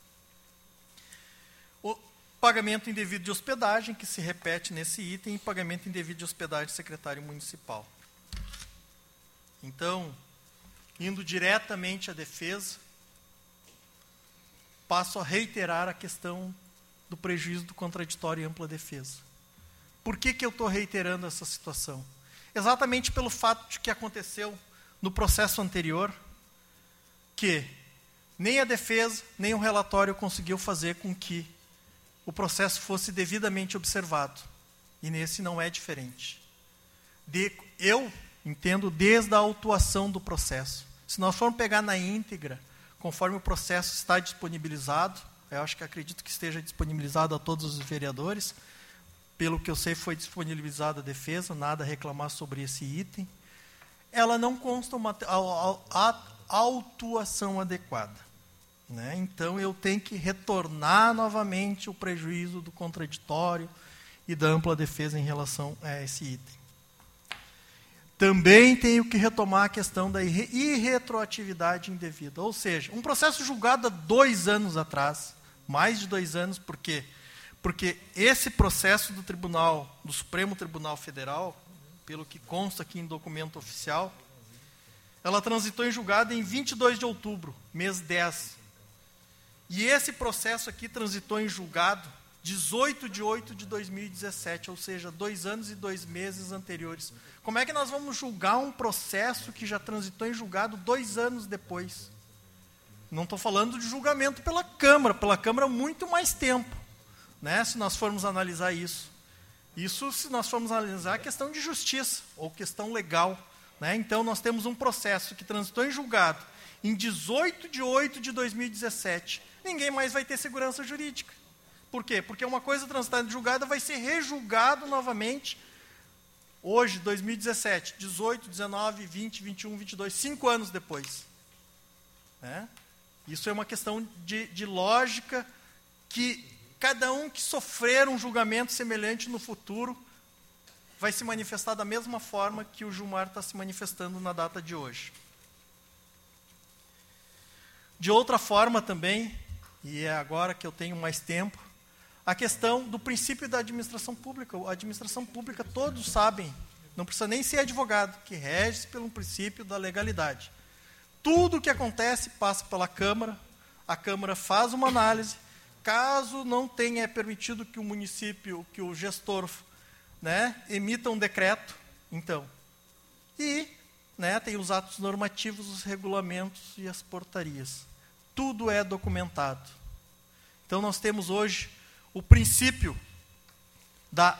O pagamento indevido de hospedagem, que se repete nesse item, e pagamento indevido de hospedagem de secretário municipal. Então, indo diretamente à defesa, passo a reiterar a questão do prejuízo do contraditório e ampla defesa. Por que que eu estou reiterando essa situação? Exatamente pelo fato de que aconteceu no processo anterior, que nem a defesa, nem o relatório conseguiu fazer com que o processo fosse devidamente observado. E nesse não é diferente. De, eu entendo desde a autuação do processo. Se nós formos pegar na íntegra, conforme o processo está disponibilizado, eu acho que acredito que esteja disponibilizado a todos os vereadores, pelo que eu sei foi disponibilizada a defesa, nada a reclamar sobre esse item, ela não consta uma a, a, a autuação adequada. Né? Então, eu tenho que retornar novamente o prejuízo do contraditório e da ampla defesa em relação a esse item. Também tenho que retomar a questão da irretroatividade indevida. Ou seja, um processo julgado há dois anos atrás, mais de dois anos, porque Porque esse processo do Tribunal, do Supremo Tribunal Federal, pelo que consta aqui em documento oficial, ela transitou em julgado em vinte e dois de outubro, mês dez. E esse processo aqui transitou em julgado dezoito de oito de dois mil e dezessete, ou seja, dois anos e dois meses anteriores. Como é que nós vamos julgar um processo que já transitou em julgado dois anos depois? Não estou falando de julgamento pela Câmara, pela Câmara muito mais tempo, né, se nós formos analisar isso. Isso se nós formos analisar a questão de justiça, ou questão legal. Né? Então, nós temos um processo que transitou em julgado em dezoito de oito de dois mil e dezessete. Ninguém mais vai ter segurança jurídica. Por quê? Porque uma coisa transitada em julgada vai ser rejulgado novamente hoje, dois mil e dezessete, dezoito, dezenove, vinte, vinte e um, vinte e dois, cinco anos depois. Né? Isso é uma questão de, de lógica que cada um que sofrer um julgamento semelhante no futuro vai se manifestar da mesma forma que o Gilmar está se manifestando na data de hoje. De outra forma também, e é agora que eu tenho mais tempo, a questão do princípio da administração pública. A administração pública, todos sabem, não precisa nem ser advogado, que rege-se pelo princípio da legalidade. Tudo o que acontece passa pela Câmara, a Câmara faz uma análise, caso não tenha permitido que o município, que o gestor, né, emita um decreto, então. E, né, tem os atos normativos, os regulamentos e as portarias. Tudo é documentado. Então, nós temos hoje o princípio da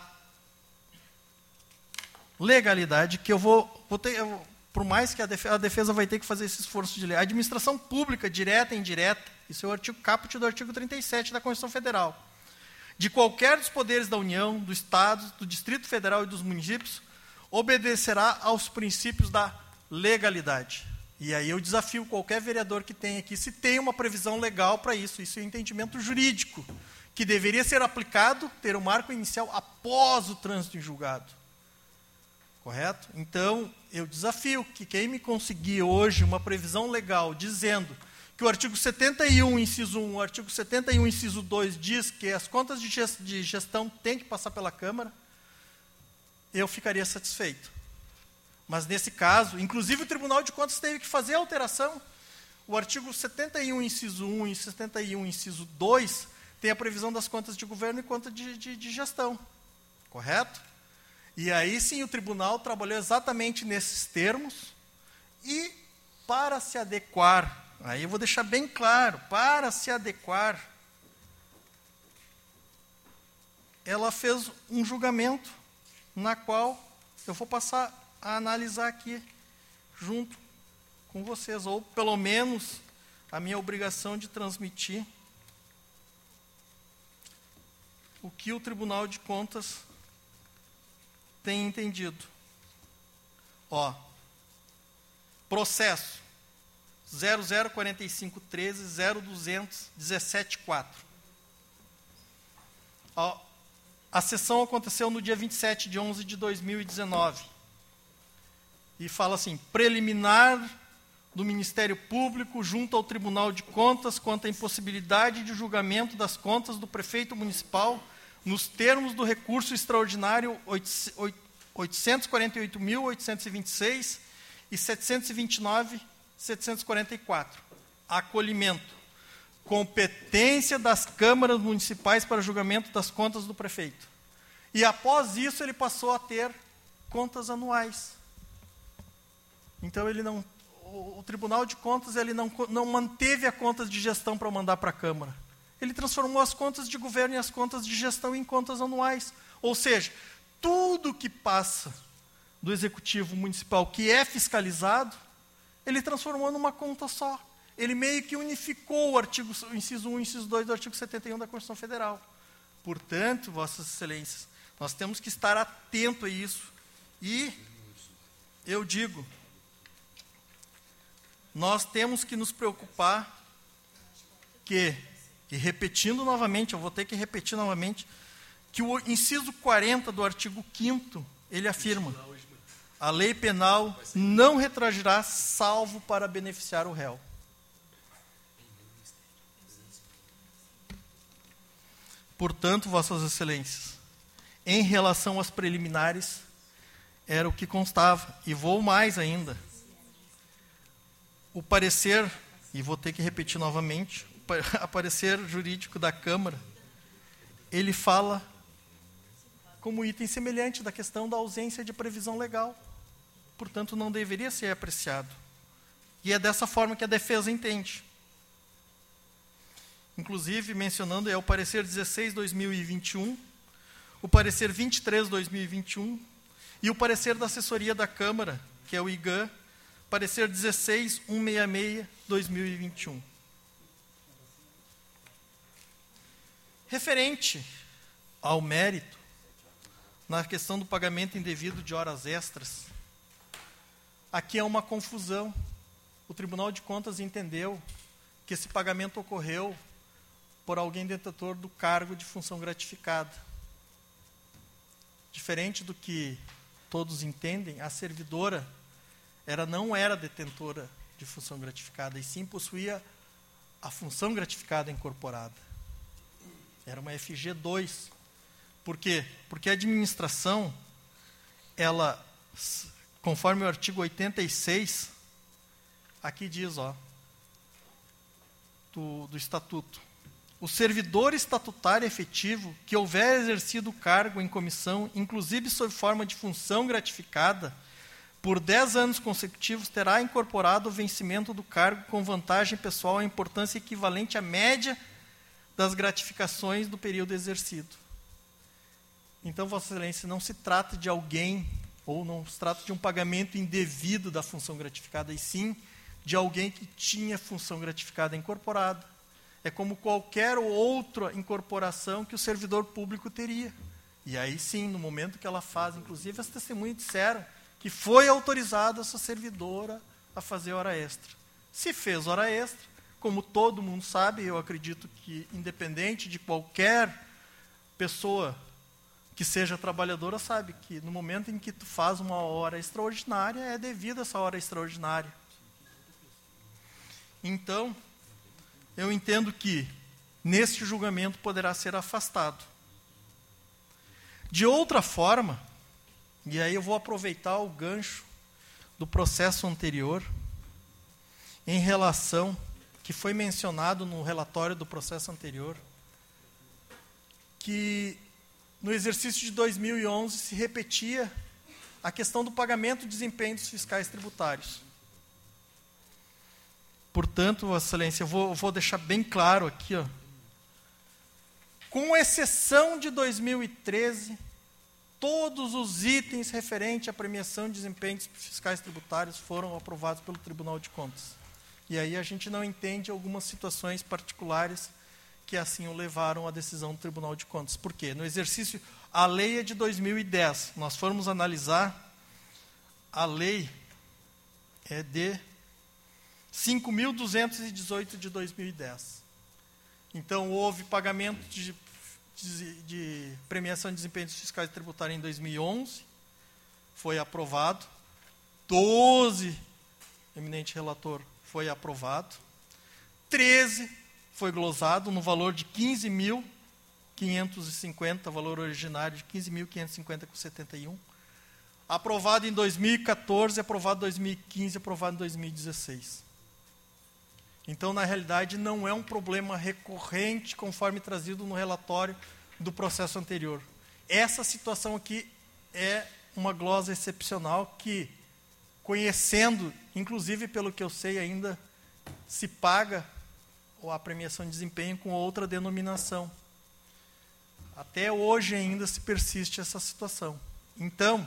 legalidade, que eu vou, vou ter, eu, por mais que a defesa, a defesa vai ter que fazer esse esforço de ler. A administração pública, direta e indireta, isso é o artigo caput do artigo trinta e sete da Constituição Federal. De qualquer dos poderes da União, do Estado, do Distrito Federal e dos municípios, obedecerá aos princípios da legalidade. E aí eu desafio qualquer vereador que tenha aqui, se tem uma previsão legal para isso. Isso é um entendimento jurídico, que deveria ser aplicado, ter o marco inicial após o trânsito em julgado. Correto? Então, eu desafio que quem me conseguir hoje uma previsão legal dizendo que o artigo setenta e um, inciso um, o artigo setenta e um, inciso dois, diz que as contas de gestão têm que passar pela Câmara, eu ficaria satisfeito. Mas, nesse caso, inclusive o Tribunal de Contas teve que fazer a alteração. O artigo setenta e um, inciso um e setenta e um, inciso dois, tem a previsão das contas de governo e conta de, de, de gestão. Correto? E aí, sim, o tribunal trabalhou exatamente nesses termos e, para se adequar, aí eu vou deixar bem claro, para se adequar, ela fez um julgamento na qual eu vou passar a analisar aqui junto com vocês, ou pelo menos a minha obrigação de transmitir o que o Tribunal de Contas tem entendido. Ó, processo zero zero quatro cinco um três zero duzentos dezessete quatro. Ó, a sessão aconteceu no dia vinte e sete de onze de dois mil e dezenove. E fala assim: preliminar do Ministério Público junto ao Tribunal de Contas quanto à impossibilidade de julgamento das contas do prefeito municipal nos termos do recurso extraordinário oitocentos e quarenta e oito mil oitocentos e vinte e seis e setecentos e vinte e nove mil setecentos e quarenta e quatro. Acolhimento. Competência das câmaras municipais para julgamento das contas do prefeito. E após isso ele passou a ter contas anuais. Então ele não, o, o Tribunal de Contas ele não, não manteve a contas de gestão para mandar para a Câmara. Ele transformou as contas de governo e as contas de gestão em contas anuais. Ou seja, tudo que passa do Executivo Municipal que é fiscalizado, ele transformou numa conta só. Ele meio que unificou o artigo, o inciso um e o inciso dois do artigo setenta e um da Constituição Federal. Portanto, Vossas Excelências, nós temos que estar atentos a isso. E eu digo, nós temos que nos preocupar que, e repetindo novamente, eu vou ter que repetir novamente, que o inciso quarenta do artigo quinto, ele afirma: a lei penal não retroagirá salvo para beneficiar o réu. Portanto, Vossas Excelências, em relação às preliminares, era o que constava. E vou mais ainda. O parecer, e vou ter que repetir novamente, o parecer jurídico da Câmara, ele fala como item semelhante da questão da ausência de previsão legal. Portanto, não deveria ser apreciado. E é dessa forma que a defesa entende. Inclusive, mencionando, é o parecer dezesseis barra dois mil e vinte e um, o parecer vinte e três barra dois mil e vinte e um e o parecer da assessoria da Câmara, que é o I G A, parecer dezesseis barra cento e sessenta e seis barra dois mil e vinte e um. Referente ao mérito, na questão do pagamento indevido de horas extras, aqui é uma confusão. O Tribunal de Contas entendeu que esse pagamento ocorreu por alguém detentor do cargo de função gratificada. Diferente do que todos entendem, a servidora ela não era detentora de função gratificada, e sim possuía a função gratificada incorporada. Era uma F G dois. Por quê? Porque a administração, ela, conforme o artigo oitenta e seis, aqui diz, ó, do, do Estatuto, o servidor estatutário efetivo que houver exercido o cargo em comissão, inclusive sob forma de função gratificada, por dez anos consecutivos terá incorporado o vencimento do cargo com vantagem pessoal à importância equivalente à média das gratificações do período exercido. Então, Vossa Excelência, não se trata de alguém, ou não se trata de um pagamento indevido da função gratificada, e sim de alguém que tinha função gratificada incorporada. É como qualquer outra incorporação que o servidor público teria. E aí sim, no momento que ela faz, inclusive as testemunhas disseram que foi autorizada essa servidora a fazer hora extra. Se fez hora extra, como todo mundo sabe, eu acredito que independente de qualquer pessoa que seja trabalhadora, sabe que no momento em que tu faz uma hora extraordinária, é devida essa hora extraordinária. Então, eu entendo que neste julgamento poderá ser afastado. De outra forma, e aí eu vou aproveitar o gancho do processo anterior, em relação, que foi mencionado no relatório do processo anterior, que no exercício de dois mil e onze se repetia a questão do pagamento de desempenhos fiscais tributários. Portanto, Vossa Excelência, eu vou, eu vou deixar bem claro aqui, ó, com exceção de dois mil e treze, todos os itens referentes à premiação de desempenhos fiscais tributários foram aprovados pelo Tribunal de Contas. E aí a gente não entende algumas situações particulares que assim o levaram à decisão do Tribunal de Contas. Por quê? No exercício, a lei é de dois mil e dez. Nós formos analisar, a lei é de cinco mil duzentos e dezoito de dois mil e dez. Então, houve pagamento de, de, de premiação de desempenhos fiscais tributários em dois mil e onze, foi aprovado. doze, eminente relator, foi aprovado. treze, foi glosado no valor de quinze mil quinhentos e cinquenta, valor originário de quinze mil quinhentos e cinquenta vírgula setenta e um. Aprovado em dois mil e quatorze, aprovado em dois mil e quinze, aprovado em dois mil e dezesseis. Então, na realidade, não é um problema recorrente, conforme trazido no relatório do processo anterior. Essa situação aqui é uma glosa excepcional que, conhecendo, inclusive pelo que eu sei ainda, se paga a premiação de desempenho com outra denominação. Até hoje ainda se persiste essa situação. Então,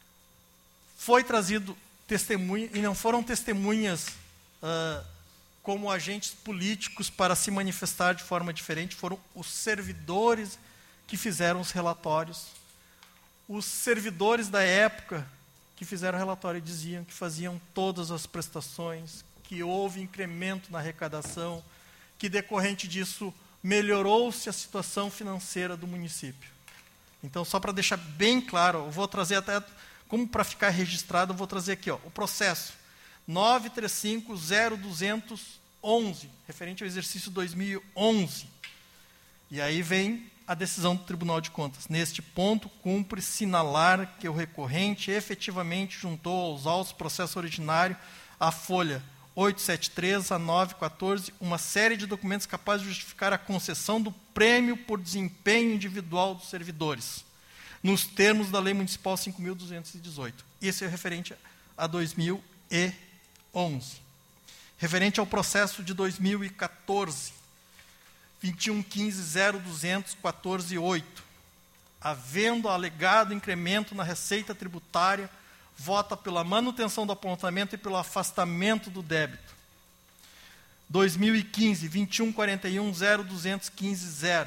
foi trazido testemunha, e não foram testemunhas uh, como agentes políticos para se manifestar de forma diferente, foram os servidores que fizeram os relatórios. Os servidores da época que fizeram o relatório diziam que faziam todas as prestações, que houve incremento na arrecadação, que decorrente disso melhorou-se a situação financeira do município. Então, só para deixar bem claro, eu vou trazer até, como para ficar registrado, eu vou trazer aqui, ó, o processo nove três cinco zero duzentos e onze, referente ao exercício dois mil e onze. E aí vem a decisão do Tribunal de Contas. Neste ponto, cumpre sinalar que o recorrente efetivamente juntou aos autos processo originário a folha oitocentos e setenta e três a novecentos e quatorze uma série de documentos capazes de justificar a concessão do prêmio por desempenho individual dos servidores, nos termos da Lei Municipal cinco mil duzentos e dezoito. Esse é referente a dois mil e onze. Referente ao processo de dois mil e quatorze, vinte e um quinze zero duzentos quatorze oito, havendo alegado incremento na receita tributária, vota pela manutenção do apontamento e pelo afastamento do débito. dois mil e quinze, vinte e um quarenta e um zero duzentos e quinze zero.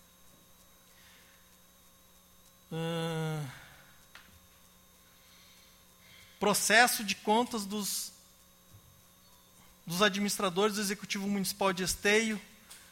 Uh, processo de contas dos, dos administradores do Executivo Municipal de Esteio,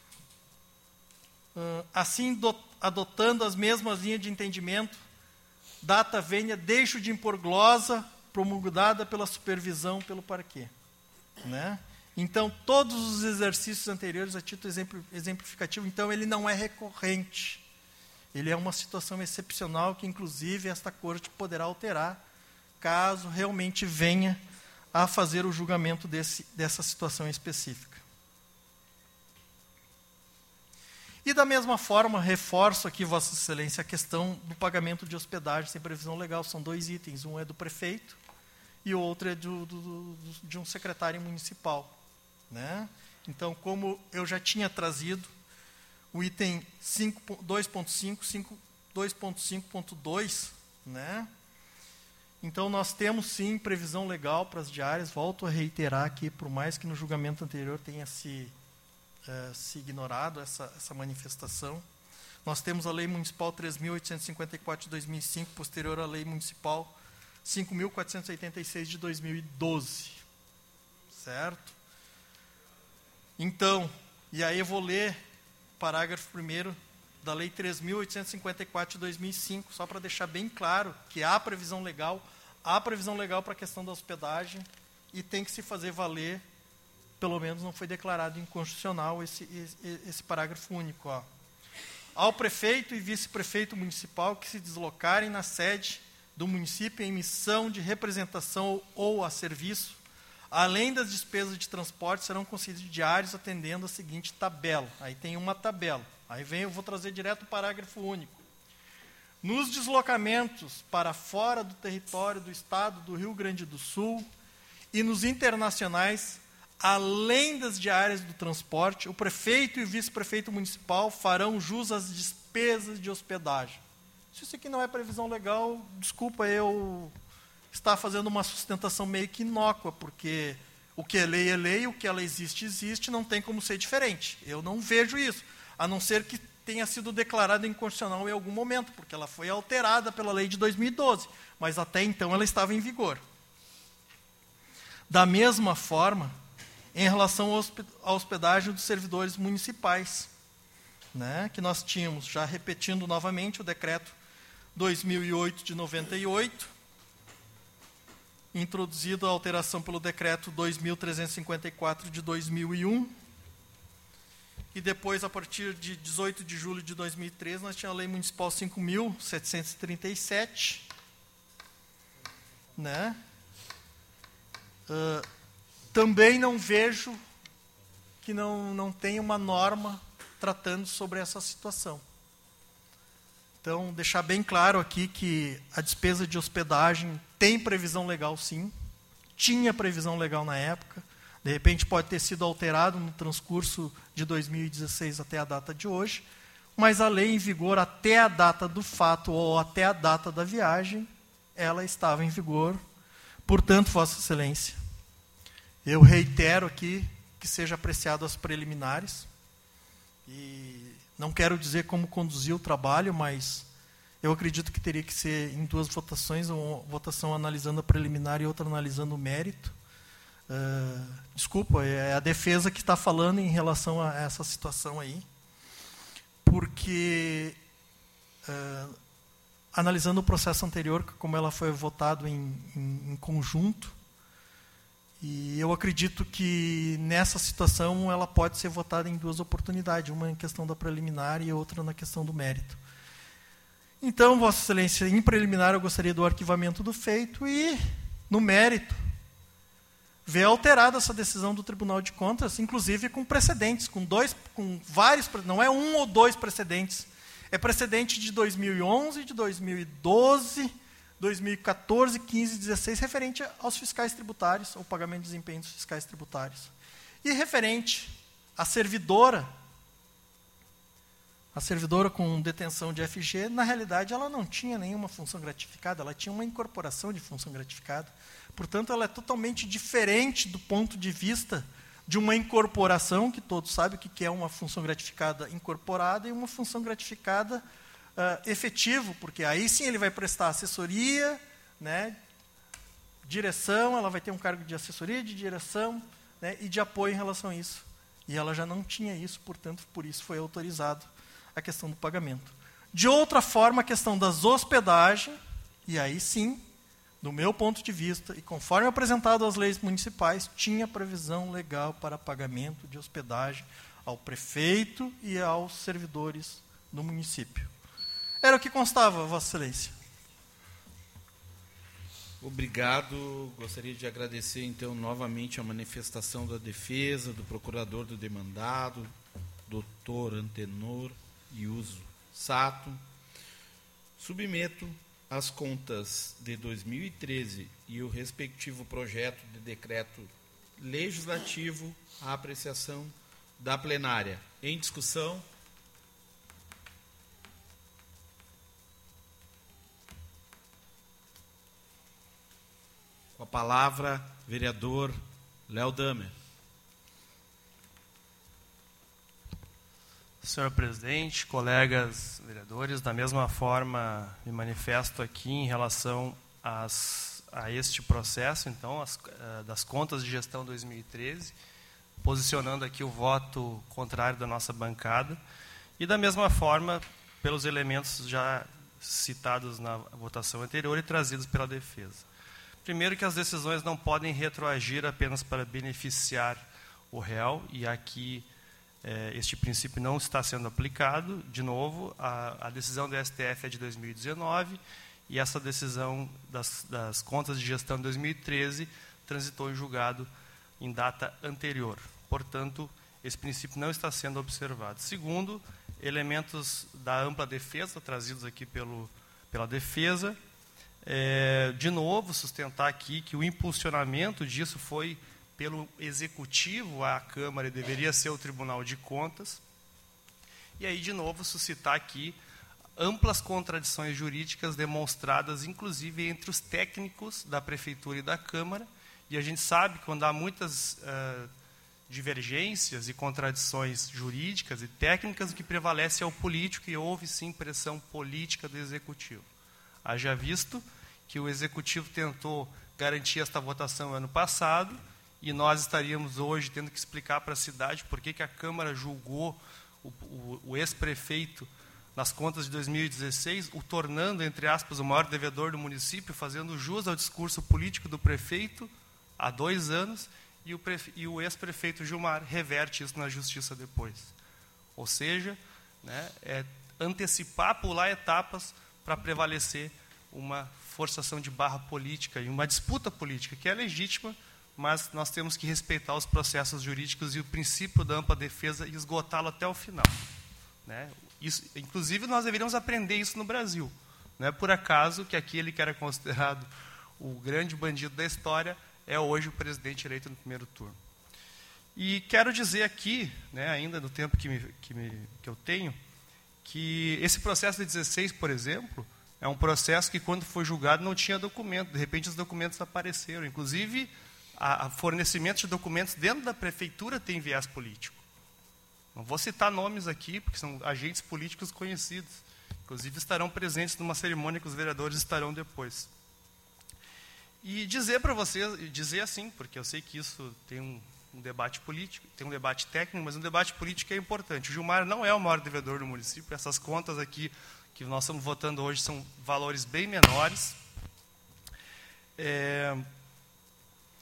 uh, assim do, adotando as mesmas linhas de entendimento, data vênia, deixo de impor glosa, promulgada pela supervisão pelo parquê. Né? Então, todos os exercícios anteriores, a título exemplificativo, então, ele não é recorrente. Ele é uma situação excepcional que, inclusive, esta corte poderá alterar, caso realmente venha a fazer o julgamento desse, dessa situação específica. E, da mesma forma, reforço aqui, Vossa Excelência, a questão do pagamento de hospedagem sem previsão legal. São dois itens, um é do prefeito e o outro é do, do, do, de um secretário municipal. Né? Então, como eu já tinha trazido, o item dois ponto cinco, dois ponto cinco ponto dois, né? Então, nós temos, sim, previsão legal para as diárias. Volto a reiterar aqui, por mais que no julgamento anterior tenha se... Uh, se ignorado essa, essa manifestação. Nós temos a Lei Municipal três mil oitocentos e cinquenta e quatro de dois mil e cinco, posterior à Lei Municipal cinco mil quatrocentos e oitenta e seis de dois mil e doze. Certo? Então, e aí eu vou ler o parágrafo primeiro da Lei três mil oitocentos e cinquenta e quatro de dois mil e cinco, só para deixar bem claro que há previsão legal, há previsão legal para a questão da hospedagem e tem que se fazer valer. Pelo menos não foi declarado inconstitucional esse, esse, esse parágrafo único. Ó. Ao prefeito e vice-prefeito municipal que se deslocarem na sede do município em missão de representação ou a serviço, além das despesas de transporte, serão concedidos diários atendendo a seguinte tabela. Aí tem uma tabela. Aí vem, eu vou trazer direto o parágrafo único. Nos deslocamentos para fora do território do Estado do Rio Grande do Sul e nos internacionais, além das diárias do transporte, o prefeito e o vice-prefeito municipal farão jus às despesas de hospedagem. Se isso aqui não é previsão legal, desculpa eu estar fazendo uma sustentação meio que inócua, porque o que é lei é lei, o que ela existe, existe, não tem como ser diferente. Eu não vejo isso, a não ser que tenha sido declarada inconstitucional em algum momento, porque ela foi alterada pela lei de dois mil e doze, mas até então ela estava em vigor. Da mesma forma, em relação à hospedagem dos servidores municipais, né, que nós tínhamos, já repetindo novamente, o decreto dois mil e oito de noventa e oito, introduzido a alteração pelo decreto dois mil trezentos e cinquenta e quatro de dois mil e um, e depois, a partir de dezoito de julho de dois mil e treze, nós tínhamos a Lei Municipal cinco mil setecentos e trinta e sete, né? Uh, Também não vejo que não, não tem uma norma tratando sobre essa situação. Então, deixar bem claro aqui que a despesa de hospedagem tem previsão legal, sim. Tinha previsão legal na época. De repente, pode ter sido alterado no transcurso de dois mil e dezesseis até a data de hoje. Mas a lei em vigor até a data do fato ou até a data da viagem, ela estava em vigor. Portanto, Vossa Excelência, eu reitero aqui que seja apreciado as preliminares. E não quero dizer como conduzir o trabalho, mas eu acredito que teria que ser em duas votações, uma votação analisando a preliminar e outra analisando o mérito. Uh, desculpa, é a defesa que está falando em relação a essa situação aí. Porque, uh, analisando o processo anterior, como ela foi votado em, em, em conjunto, E eu acredito que nessa situação ela pode ser votada em duas oportunidades, uma em questão da preliminar e outra na questão do mérito. Então, Vossa Excelência, em preliminar eu gostaria do arquivamento do feito e, no mérito, ver alterada essa decisão do Tribunal de Contas, inclusive com precedentes, com dois, com vários, não é um ou dois precedentes, é precedente de dois mil e onze, de dois mil e doze, dois mil e quatorze, quinze e dezesseis, referente aos fiscais tributários, ao pagamento de desempenho dos fiscais tributários. E referente à servidora, a servidora com detenção de F G, na realidade, ela não tinha nenhuma função gratificada, ela tinha uma incorporação de função gratificada. Portanto, ela é totalmente diferente do ponto de vista de uma incorporação, que todos sabem o que é uma função gratificada incorporada, e uma função gratificada uh, efetivo, porque aí sim ele vai prestar assessoria, né, direção, ela vai ter um cargo de assessoria, de direção, né, e de apoio em relação a isso. E ela já não tinha isso, portanto, por isso foi autorizado a questão do pagamento. De outra forma, a questão das hospedagens, e aí sim, do meu ponto de vista, e conforme apresentado às leis municipais, tinha previsão legal para pagamento de hospedagem ao prefeito e aos servidores do município. Era o que constava, Vossa Excelência. Obrigado. Gostaria de agradecer, então, novamente a manifestação da defesa, do procurador do demandado, doutor Antenor Iuso Sato. Submeto as contas de dois mil e treze e o respectivo projeto de decreto legislativo à apreciação da plenária. Em discussão. Com a palavra, vereador Léo Damer. Senhor presidente, colegas vereadores, da mesma forma me manifesto aqui em relação às, a este processo, então, as, das contas de gestão dois mil e treze, posicionando aqui o voto contrário da nossa bancada, e da mesma forma, pelos elementos já citados na votação anterior e trazidos pela defesa. Primeiro, que as decisões não podem retroagir apenas para beneficiar o réu, e aqui este princípio não está sendo aplicado. De novo, a, a decisão do S T F é de dois mil e dezenove, e essa decisão das, das contas de gestão de dois mil e treze transitou em julgado em data anterior. Portanto, esse princípio não está sendo observado. Segundo, elementos da ampla defesa, trazidos aqui pelo, pela defesa, é, de novo, sustentar aqui que o impulsionamento disso foi pelo Executivo à Câmara, e deveria ser o Tribunal de Contas. E aí, de novo, suscitar aqui amplas contradições jurídicas demonstradas, inclusive, entre os técnicos da Prefeitura e da Câmara. E a gente sabe que quando há muitas uh, divergências e contradições jurídicas e técnicas, o que prevalece é o político, e houve, sim, pressão política do Executivo. Haja visto que o Executivo tentou garantir esta votação ano passado, e nós estaríamos hoje tendo que explicar para a cidade por que que a Câmara julgou o, o, o ex-prefeito nas contas de dois mil e dezesseis, o tornando, entre aspas, o maior devedor do município, fazendo jus ao discurso político do prefeito há dois anos, e o, e o ex-prefeito Gilmar reverte isso na justiça depois. Ou seja, né, é antecipar, pular etapas para prevalecer uma forçação de barra política e uma disputa política, que é legítima, mas nós temos que respeitar os processos jurídicos e o princípio da ampla defesa e esgotá-lo até o final. Né? Isso, inclusive, nós deveríamos aprender isso no Brasil. Não é por acaso que aquele que era considerado o grande bandido da história é hoje o presidente eleito no primeiro turno. E quero dizer aqui, né, ainda no tempo que, me, que, me, que eu tenho, que esse processo de dezesseis, por exemplo, é um processo que, quando foi julgado, não tinha documento. De repente, os documentos apareceram. Inclusive, a fornecimento de documentos dentro da prefeitura tem viés político. Não vou citar nomes aqui, porque são agentes políticos conhecidos. Inclusive, estarão presentes numa cerimônia que os vereadores estarão depois. E dizer para vocês, dizer assim, porque eu sei que isso tem um, um debate político, tem um debate técnico, mas um debate político é importante. O Gilmar não é o maior devedor do município. Essas contas aqui que nós estamos votando hoje são valores bem menores. É...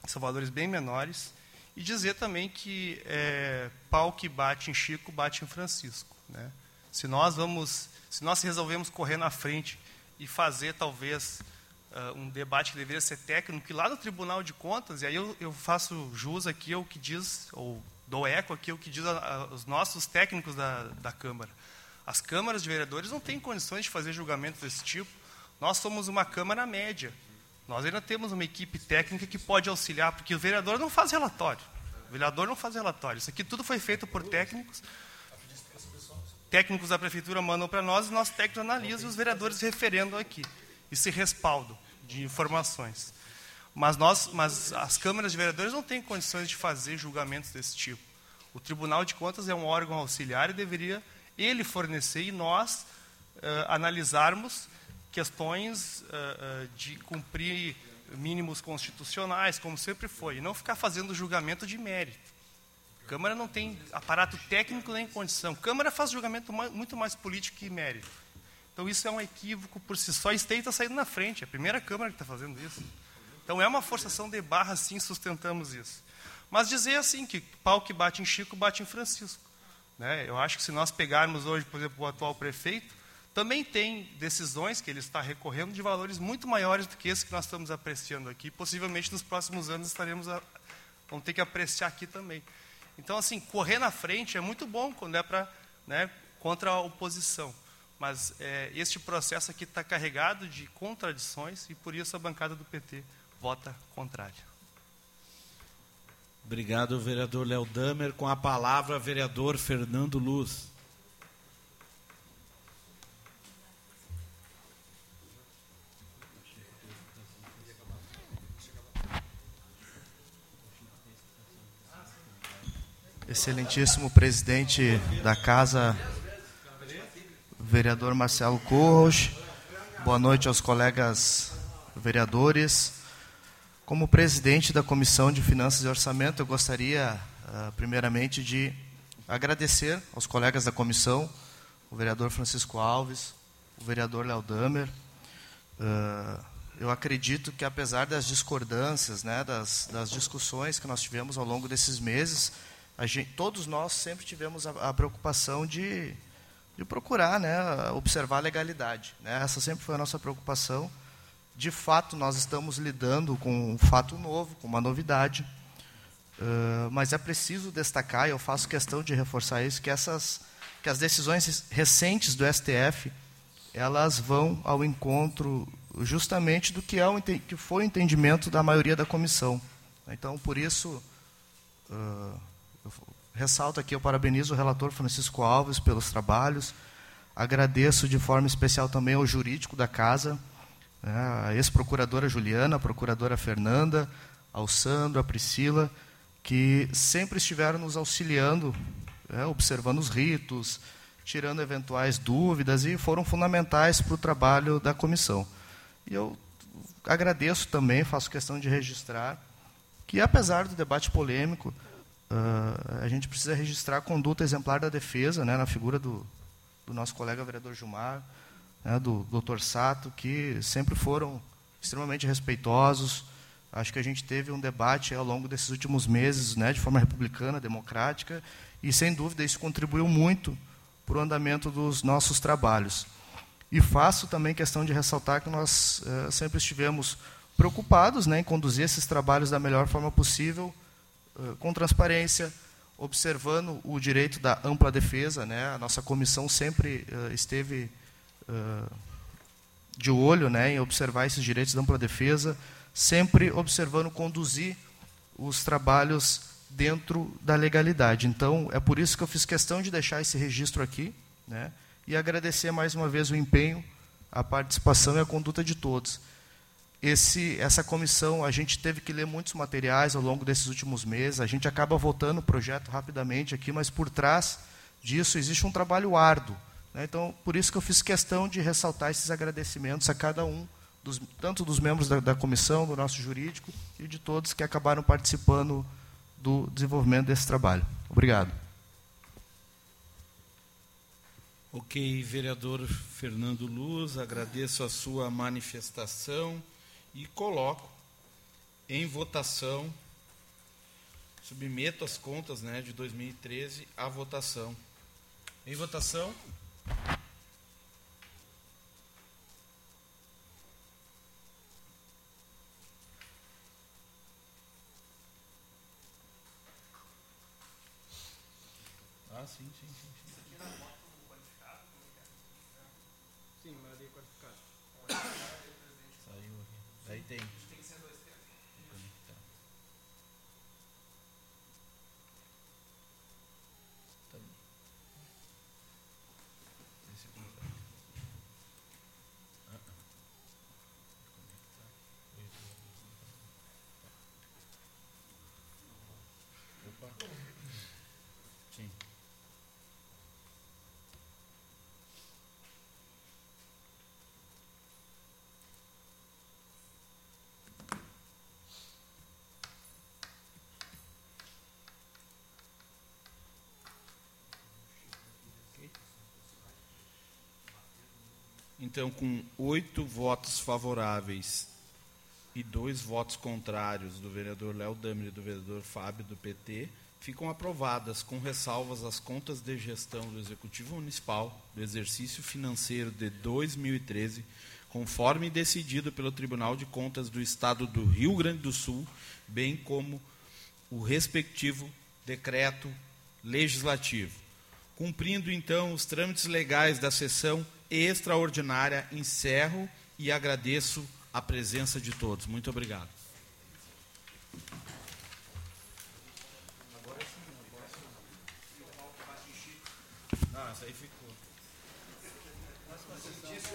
são valores bem menores, e dizer também que é, pau que bate em Chico, bate em Francisco, né? Se nós vamos, se nós resolvemos correr na frente e fazer, talvez, uh, um debate que deveria ser técnico, que lá no Tribunal de Contas, e aí eu, eu faço jus aqui ao que diz, ou dou eco aqui ao que diz a, a, os nossos técnicos da, da Câmara. As câmaras de vereadores não têm condições de fazer julgamento desse tipo. Nós somos uma Câmara média. Nós ainda temos uma equipe técnica que pode auxiliar, porque o vereador não faz relatório. O vereador não faz relatório. Isso aqui tudo foi feito por técnicos. Técnicos da Prefeitura mandam para nós, e nós técnicos analisam, e os vereadores referendam aqui. E se respaldam de informações. Mas, nós, mas as câmaras de vereadores não têm condições de fazer julgamentos desse tipo. O Tribunal de Contas é um órgão auxiliar e deveria ele fornecer e nós uh, analisarmos questões uh, uh, de cumprir mínimos constitucionais, como sempre foi, e não ficar fazendo julgamento de mérito. A Câmara não tem aparato técnico nem condição. A Câmara faz julgamento muito mais político que mérito. Então, isso é um equívoco por si só. A Esteio está saindo na frente. É a primeira Câmara que está fazendo isso. Então, é uma forçação de barra, sim, sustentamos isso. Mas dizer assim, que pau que bate em Chico, bate em Francisco. Né? Eu acho que se nós pegarmos hoje, por exemplo, o atual prefeito, também tem decisões que ele está recorrendo de valores muito maiores do que esse que nós estamos apreciando aqui. Possivelmente, nos próximos anos, estaremos a, vamos ter que apreciar aqui também. Então, assim, correr na frente é muito bom quando é para, né, contra a oposição. Mas é, este processo aqui está carregado de contradições e, por isso, a bancada do P T vota contrário. Obrigado, vereador Léo Damer. Com a palavra, vereador Fernando Luz. Excelentíssimo presidente da Casa, vereador Marcelo Curros, boa noite aos colegas vereadores. Como presidente da Comissão de Finanças e Orçamento, eu gostaria, uh, primeiramente, de agradecer aos colegas da comissão, o vereador Francisco Alves, o vereador Léo Damer. Uh, eu acredito que, apesar das discordâncias, né, das, das discussões que nós tivemos ao longo desses meses, a gente, todos nós sempre tivemos a, a preocupação de, de procurar, né, observar a legalidade. Né? Essa sempre foi a nossa preocupação. De fato, nós estamos lidando com um fato novo, com uma novidade, uh, mas é preciso destacar, e eu faço questão de reforçar isso, que, essas, que as decisões recentes do S T F, elas vão ao encontro justamente do que, é o, que foi o entendimento da maioria da comissão. Então, por isso, uh, eu ressalto aqui, eu parabenizo o relator Francisco Alves pelos trabalhos, agradeço de forma especial também ao jurídico da Casa, a ex-procuradora Juliana, a procuradora Fernanda, ao Sandro, a Priscila, que sempre estiveram nos auxiliando, é, observando os ritos, tirando eventuais dúvidas, e foram fundamentais para o trabalho da comissão. E eu agradeço também, faço questão de registrar, que apesar do debate polêmico, uh, a gente precisa registrar a conduta exemplar da defesa, né, na figura do, do nosso colega vereador Gilmar, né, do doutor Sato, que sempre foram extremamente respeitosos. Acho que a gente teve um debate ao longo desses últimos meses, né, de forma republicana, democrática, e, sem dúvida, isso contribuiu muito para o andamento dos nossos trabalhos. E faço também questão de ressaltar que nós eh, sempre estivemos preocupados, né, em conduzir esses trabalhos da melhor forma possível, eh, com transparência, observando o direito da ampla defesa. Né, a nossa comissão sempre eh, esteve Uh, de olho, né, em observar esses direitos de ampla defesa, sempre observando conduzir os trabalhos dentro da legalidade. Então, é por isso que eu fiz questão de deixar esse registro aqui, né, e agradecer mais uma vez o empenho, a participação e a conduta de todos. Esse, essa comissão, a gente teve que ler muitos materiais ao longo desses últimos meses, a gente acaba votando o projeto rapidamente aqui, mas por trás disso existe um trabalho árduo. Então, por isso que eu fiz questão de ressaltar esses agradecimentos a cada um, dos, tanto dos membros da, da comissão, do nosso jurídico, e de todos que acabaram participando do desenvolvimento desse trabalho. Obrigado. Ok, vereador Fernando Luz, agradeço a sua manifestação e coloco Em votação, submeto as contas, né, de dois mil e treze à votação. Em votação. Ah, sim, sim, sim. sim. Sim, maioria qualificada. Saiu aqui. Aí tem. Tem que ser dois terços. Conectar. Tá bem. Esse é o contato. Ah, ah. Conectar. Opa. Sim. Então, com oito votos favoráveis e dois votos contrários do vereador Léo Damer e do vereador Fábio do P T, ficam aprovadas com ressalvas as contas de gestão do Executivo Municipal do exercício financeiro de dois mil e treze, conforme decidido pelo Tribunal de Contas do Estado do Rio Grande do Sul, bem como o respectivo decreto legislativo. Cumprindo, então, os trâmites legais da sessão extraordinária, encerro e agradeço a presença de todos. Muito obrigado. Agora sim, eu posso... Não, essa aí ficou.